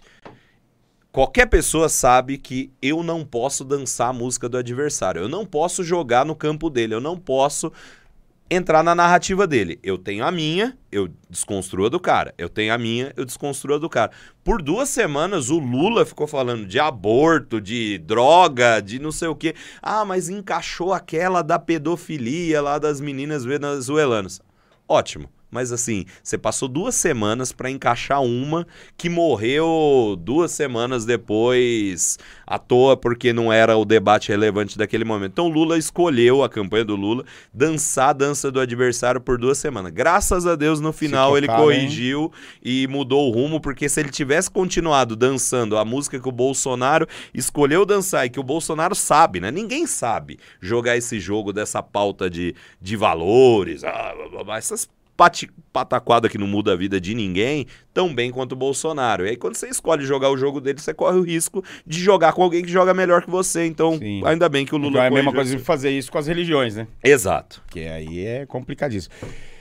Qualquer pessoa sabe que eu não posso dançar a música do adversário. Eu não posso jogar no campo dele. Eu não posso entrar na narrativa dele. Eu tenho a minha, eu desconstruo a do cara. Eu tenho a minha, eu desconstruo a do cara. Por duas semanas, o Lula ficou falando de aborto, de droga, de não sei o quê. Ah, mas encaixou aquela da pedofilia lá das meninas venezuelanas. Ótimo. Mas assim, você passou duas semanas para encaixar uma que morreu duas semanas depois à toa porque não era o debate relevante daquele momento. Então Lula escolheu, a campanha do Lula, dançar a dança do adversário por duas semanas. Graças a Deus, no final, ele corrigiu hein? e mudou o rumo, porque se ele tivesse continuado dançando a música que o Bolsonaro escolheu dançar e que o Bolsonaro sabe, né? Ninguém sabe jogar esse jogo dessa pauta de, de valores, ah, essas Pati, pataquada que não muda a vida de ninguém, tão bem quanto o Bolsonaro. E aí quando você escolhe jogar o jogo dele, você corre o risco de jogar com alguém que joga melhor que você. Então, Sim. ainda bem que o Lula... Então é a mesma coisa de fazer isso com as religiões, né? Exato. Que aí é complicadíssimo.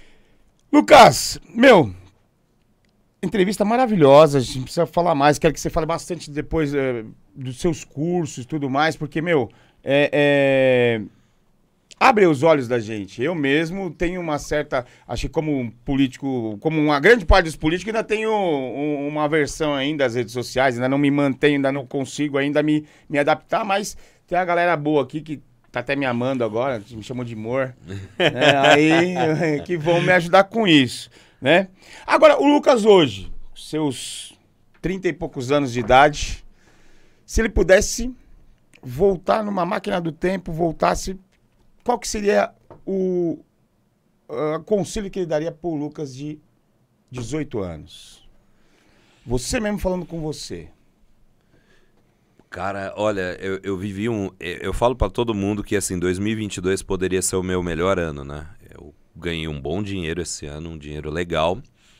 Lucas, meu, entrevista maravilhosa, a gente precisa falar mais, quero que você fale bastante depois é, dos seus cursos e tudo mais, porque, meu, é... é... abre os olhos da gente. Eu mesmo tenho uma certa... Acho que como um político... Como uma grande parte dos políticos, ainda tenho um, uma aversão ainda às redes sociais. Ainda não me mantenho, ainda não consigo ainda me, me adaptar. Mas tem uma galera boa aqui que tá até me amando agora. Me chamou de amor. né? Aí que vão me ajudar com isso. Né? Agora, o Lucas hoje, seus trinta e poucos anos de idade, se ele pudesse voltar numa máquina do tempo, voltasse... Qual que seria o uh, conselho que ele daria para o Lucas de dezoito anos? Você mesmo falando com você. Cara, olha, eu, eu vivi um... Eu falo para todo mundo que, assim, dois mil e vinte e dois poderia ser o meu melhor ano, né? Eu ganhei um bom dinheiro esse ano, um dinheiro legal.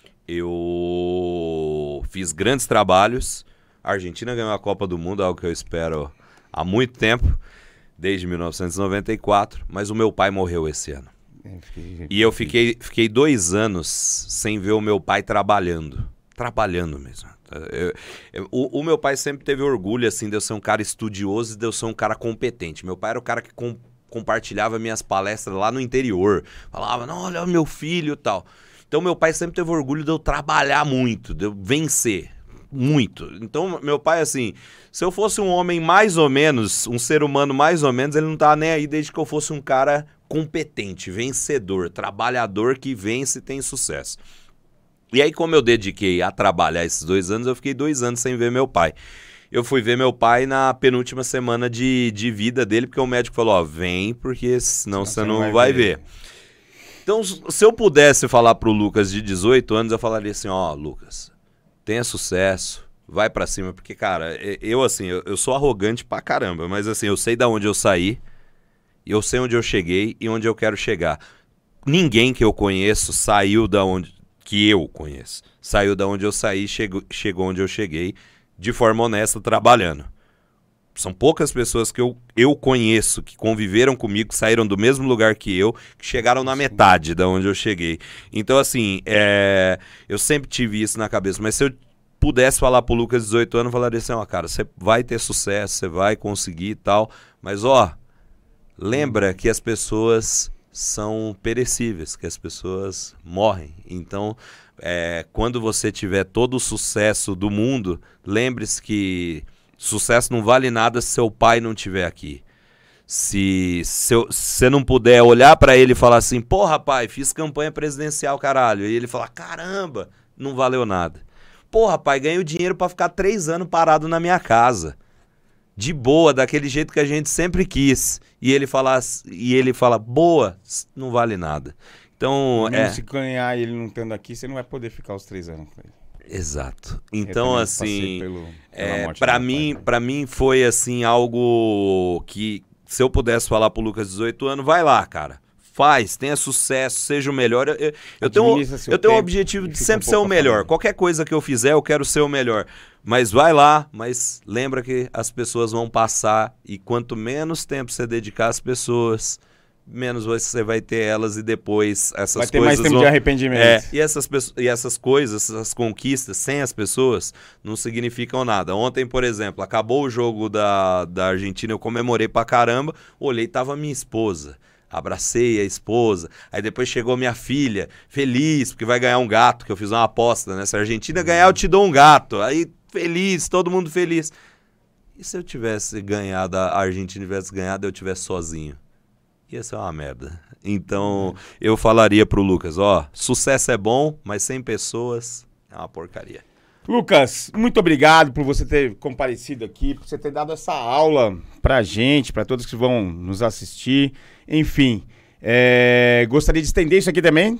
Eu fiz grandes trabalhos. A Argentina ganhou a Copa do Mundo, algo que eu espero há muito tempo. Desde mil novecentos e noventa e quatro, mas o meu pai morreu esse ano. E eu fiquei, fiquei dois anos sem ver o meu pai trabalhando. Trabalhando mesmo. Eu, eu, o, o meu pai sempre teve orgulho, assim, de eu ser um cara estudioso e de eu ser um cara competente. Meu pai era o cara que com, compartilhava minhas palestras lá no interior. Falava, não, olha o meu filho e tal. Então meu pai sempre teve orgulho de eu trabalhar muito, de eu vencer. Muito. Então, meu pai, assim, se eu fosse um homem mais ou menos, um ser humano mais ou menos, ele não tava nem aí desde que eu fosse um cara competente, vencedor, trabalhador que vence e tem sucesso. E aí, como eu dediquei a trabalhar esses dois anos, eu fiquei dois anos sem ver meu pai. Eu fui ver meu pai na penúltima semana de, de vida dele, porque o médico falou, ó, vem, porque senão você não, não vai ver. ver. Então, se eu pudesse falar pro Lucas de dezoito anos, eu falaria assim, ó, Lucas, tenha sucesso, vai pra cima, porque, cara, eu, assim, eu, eu sou arrogante pra caramba, mas, assim, eu sei da onde eu saí, eu sei onde eu cheguei e onde eu quero chegar. Ninguém que eu conheço saiu da onde... que eu conheço. Saiu da onde eu saí, chegou, chegou onde eu cheguei, de forma honesta, trabalhando. São poucas pessoas que eu, eu conheço, que conviveram comigo, que saíram do mesmo lugar que eu, que chegaram na metade da onde eu cheguei. Então, assim, é, eu sempre tive isso na cabeça, mas se eu pudesse falar pro Lucas, dezoito anos, eu falaria assim, ó, cara, você vai ter sucesso, você vai conseguir e tal, mas, ó, lembra que as pessoas... são perecíveis, que as pessoas morrem. Então, é, quando você tiver todo o sucesso do mundo, lembre-se que sucesso não vale nada se seu pai não estiver aqui. Se você não puder olhar para ele e falar assim, porra, pai, fiz campanha presidencial, caralho, e ele falar, caramba, não valeu nada. Porra, pai, ganhei dinheiro para ficar três anos parado na minha casa. De boa, daquele jeito que a gente sempre quis. E ele fala, e ele fala boa, não vale nada. Então, é... se ganhar ele não estando aqui, você não vai poder ficar os três anos com ele. Exato. Então, assim, pelo, é, para mim, para mim foi assim algo que, se eu pudesse falar pro Lucas, dezoito anos, vai lá, cara. Faz, tenha sucesso, seja o melhor. Eu, eu, eu tenho, eu tenho o objetivo de sempre um ser o melhor. Qualquer coisa que eu fizer, eu quero ser o melhor. Mas vai lá, mas lembra que as pessoas vão passar e quanto menos tempo você dedicar às pessoas, menos você vai ter elas e depois essas coisas... Vai ter mais tempo vão... de arrependimento. É, e, essas pessoas, e essas coisas, essas conquistas, sem as pessoas, não significam nada. Ontem, por exemplo, acabou o jogo da, da Argentina, eu comemorei pra caramba, olhei, tava minha esposa. Abracei a esposa, aí depois chegou minha filha, feliz, porque vai ganhar um gato, que eu fiz uma aposta, né? Se a Argentina ganhar, eu te dou um gato. Aí, feliz, todo mundo feliz. E se eu tivesse ganhado, a Argentina tivesse ganhado, eu tivesse sozinho? Ia ser uma merda. Então, eu falaria pro Lucas, ó, sucesso é bom, mas sem pessoas é uma porcaria. Lucas, muito obrigado por você ter comparecido aqui, por você ter dado essa aula pra gente, pra todos que vão nos assistir. Enfim, é, gostaria de estender isso aqui também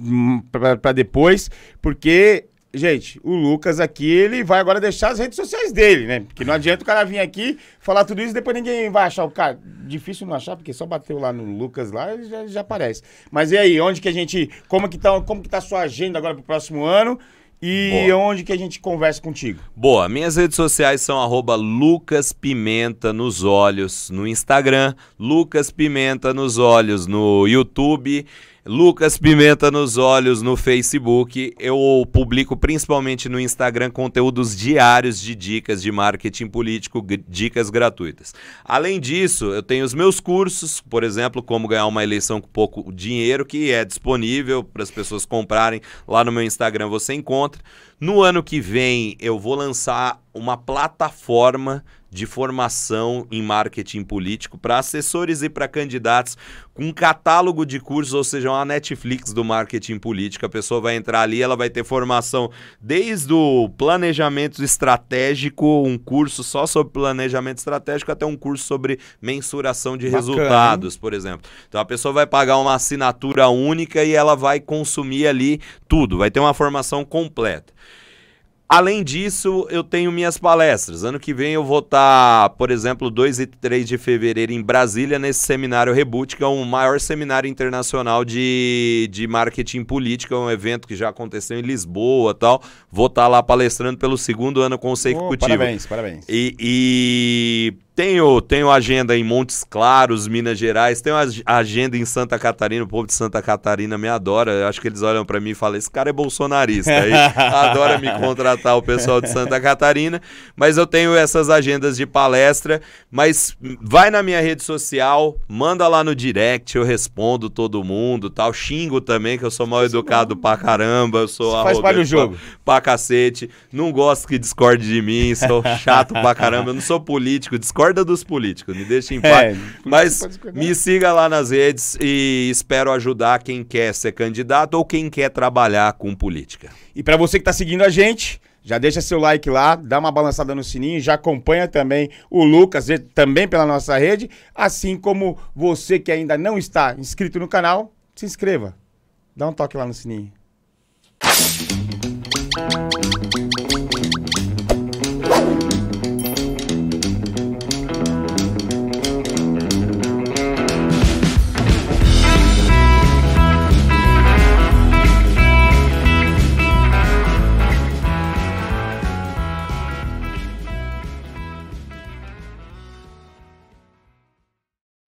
pra, pra depois, porque, gente, o Lucas aqui, ele vai agora deixar as redes sociais dele, né? Porque não adianta o cara vir aqui falar tudo isso e depois ninguém vai achar o cara. Difícil não achar, porque só bateu lá no Lucas lá e já, já aparece. Mas e aí, onde que a gente, como que tá, como que tá a sua agenda agora pro próximo ano? E Boa. Onde que a gente conversa contigo? Boa, minhas redes sociais são arroba Lucas Pimenta nos Olhos no Instagram, Lucas Pimenta nos Olhos no YouTube, Lucas Pimenta nos Olhos no Facebook. Eu publico principalmente no Instagram conteúdos diários de dicas de marketing político, dicas gratuitas. Além disso, eu tenho os meus cursos, por exemplo, como ganhar uma eleição com pouco dinheiro, que é disponível para as pessoas comprarem. Lá no meu Instagram você encontra. No ano que vem, eu vou lançar uma plataforma de formação em marketing político para assessores e para candidatos, com um catálogo de cursos, ou seja, uma Netflix do marketing político. A pessoa vai entrar ali, ela vai ter formação desde o planejamento estratégico, um curso só sobre planejamento estratégico, até um curso sobre mensuração de Bacana, resultados, hein? Por exemplo. Então a pessoa vai pagar uma assinatura única e ela vai consumir ali tudo, vai ter uma formação completa. Além disso, eu tenho minhas palestras. Ano que vem eu vou estar, por exemplo, dois e três de fevereiro em Brasília, nesse seminário Reboot, que é o maior seminário internacional de, de marketing político. É um evento que já aconteceu em Lisboa e tal. Vou estar lá palestrando pelo segundo ano consecutivo. Oh, parabéns, parabéns. E... e... Tenho, tenho agenda em Montes Claros, Minas Gerais, tenho agenda em Santa Catarina, o povo de Santa Catarina me adora, eu acho que eles olham pra mim e falam, esse cara é bolsonarista, aí adora me contratar o pessoal de Santa Catarina, mas eu tenho essas agendas de palestra, mas vai na minha rede social, manda lá no direct, eu respondo todo mundo, tal, xingo também, que eu sou mal educado pra caramba, eu sou arrogante faz parte do jogo. Pra, pra cacete, não gosto que discorde de mim, sou chato pra caramba, eu não sou político, discordo discorda dos políticos, me deixa em paz. É, mas me siga lá nas redes e espero ajudar quem quer ser candidato ou quem quer trabalhar com política. E para você que tá seguindo a gente, já deixa seu like lá, dá uma balançada no sininho, já acompanha também o Lucas, também pela nossa rede, assim como você que ainda não está inscrito no canal, se inscreva. Dá um toque lá no sininho.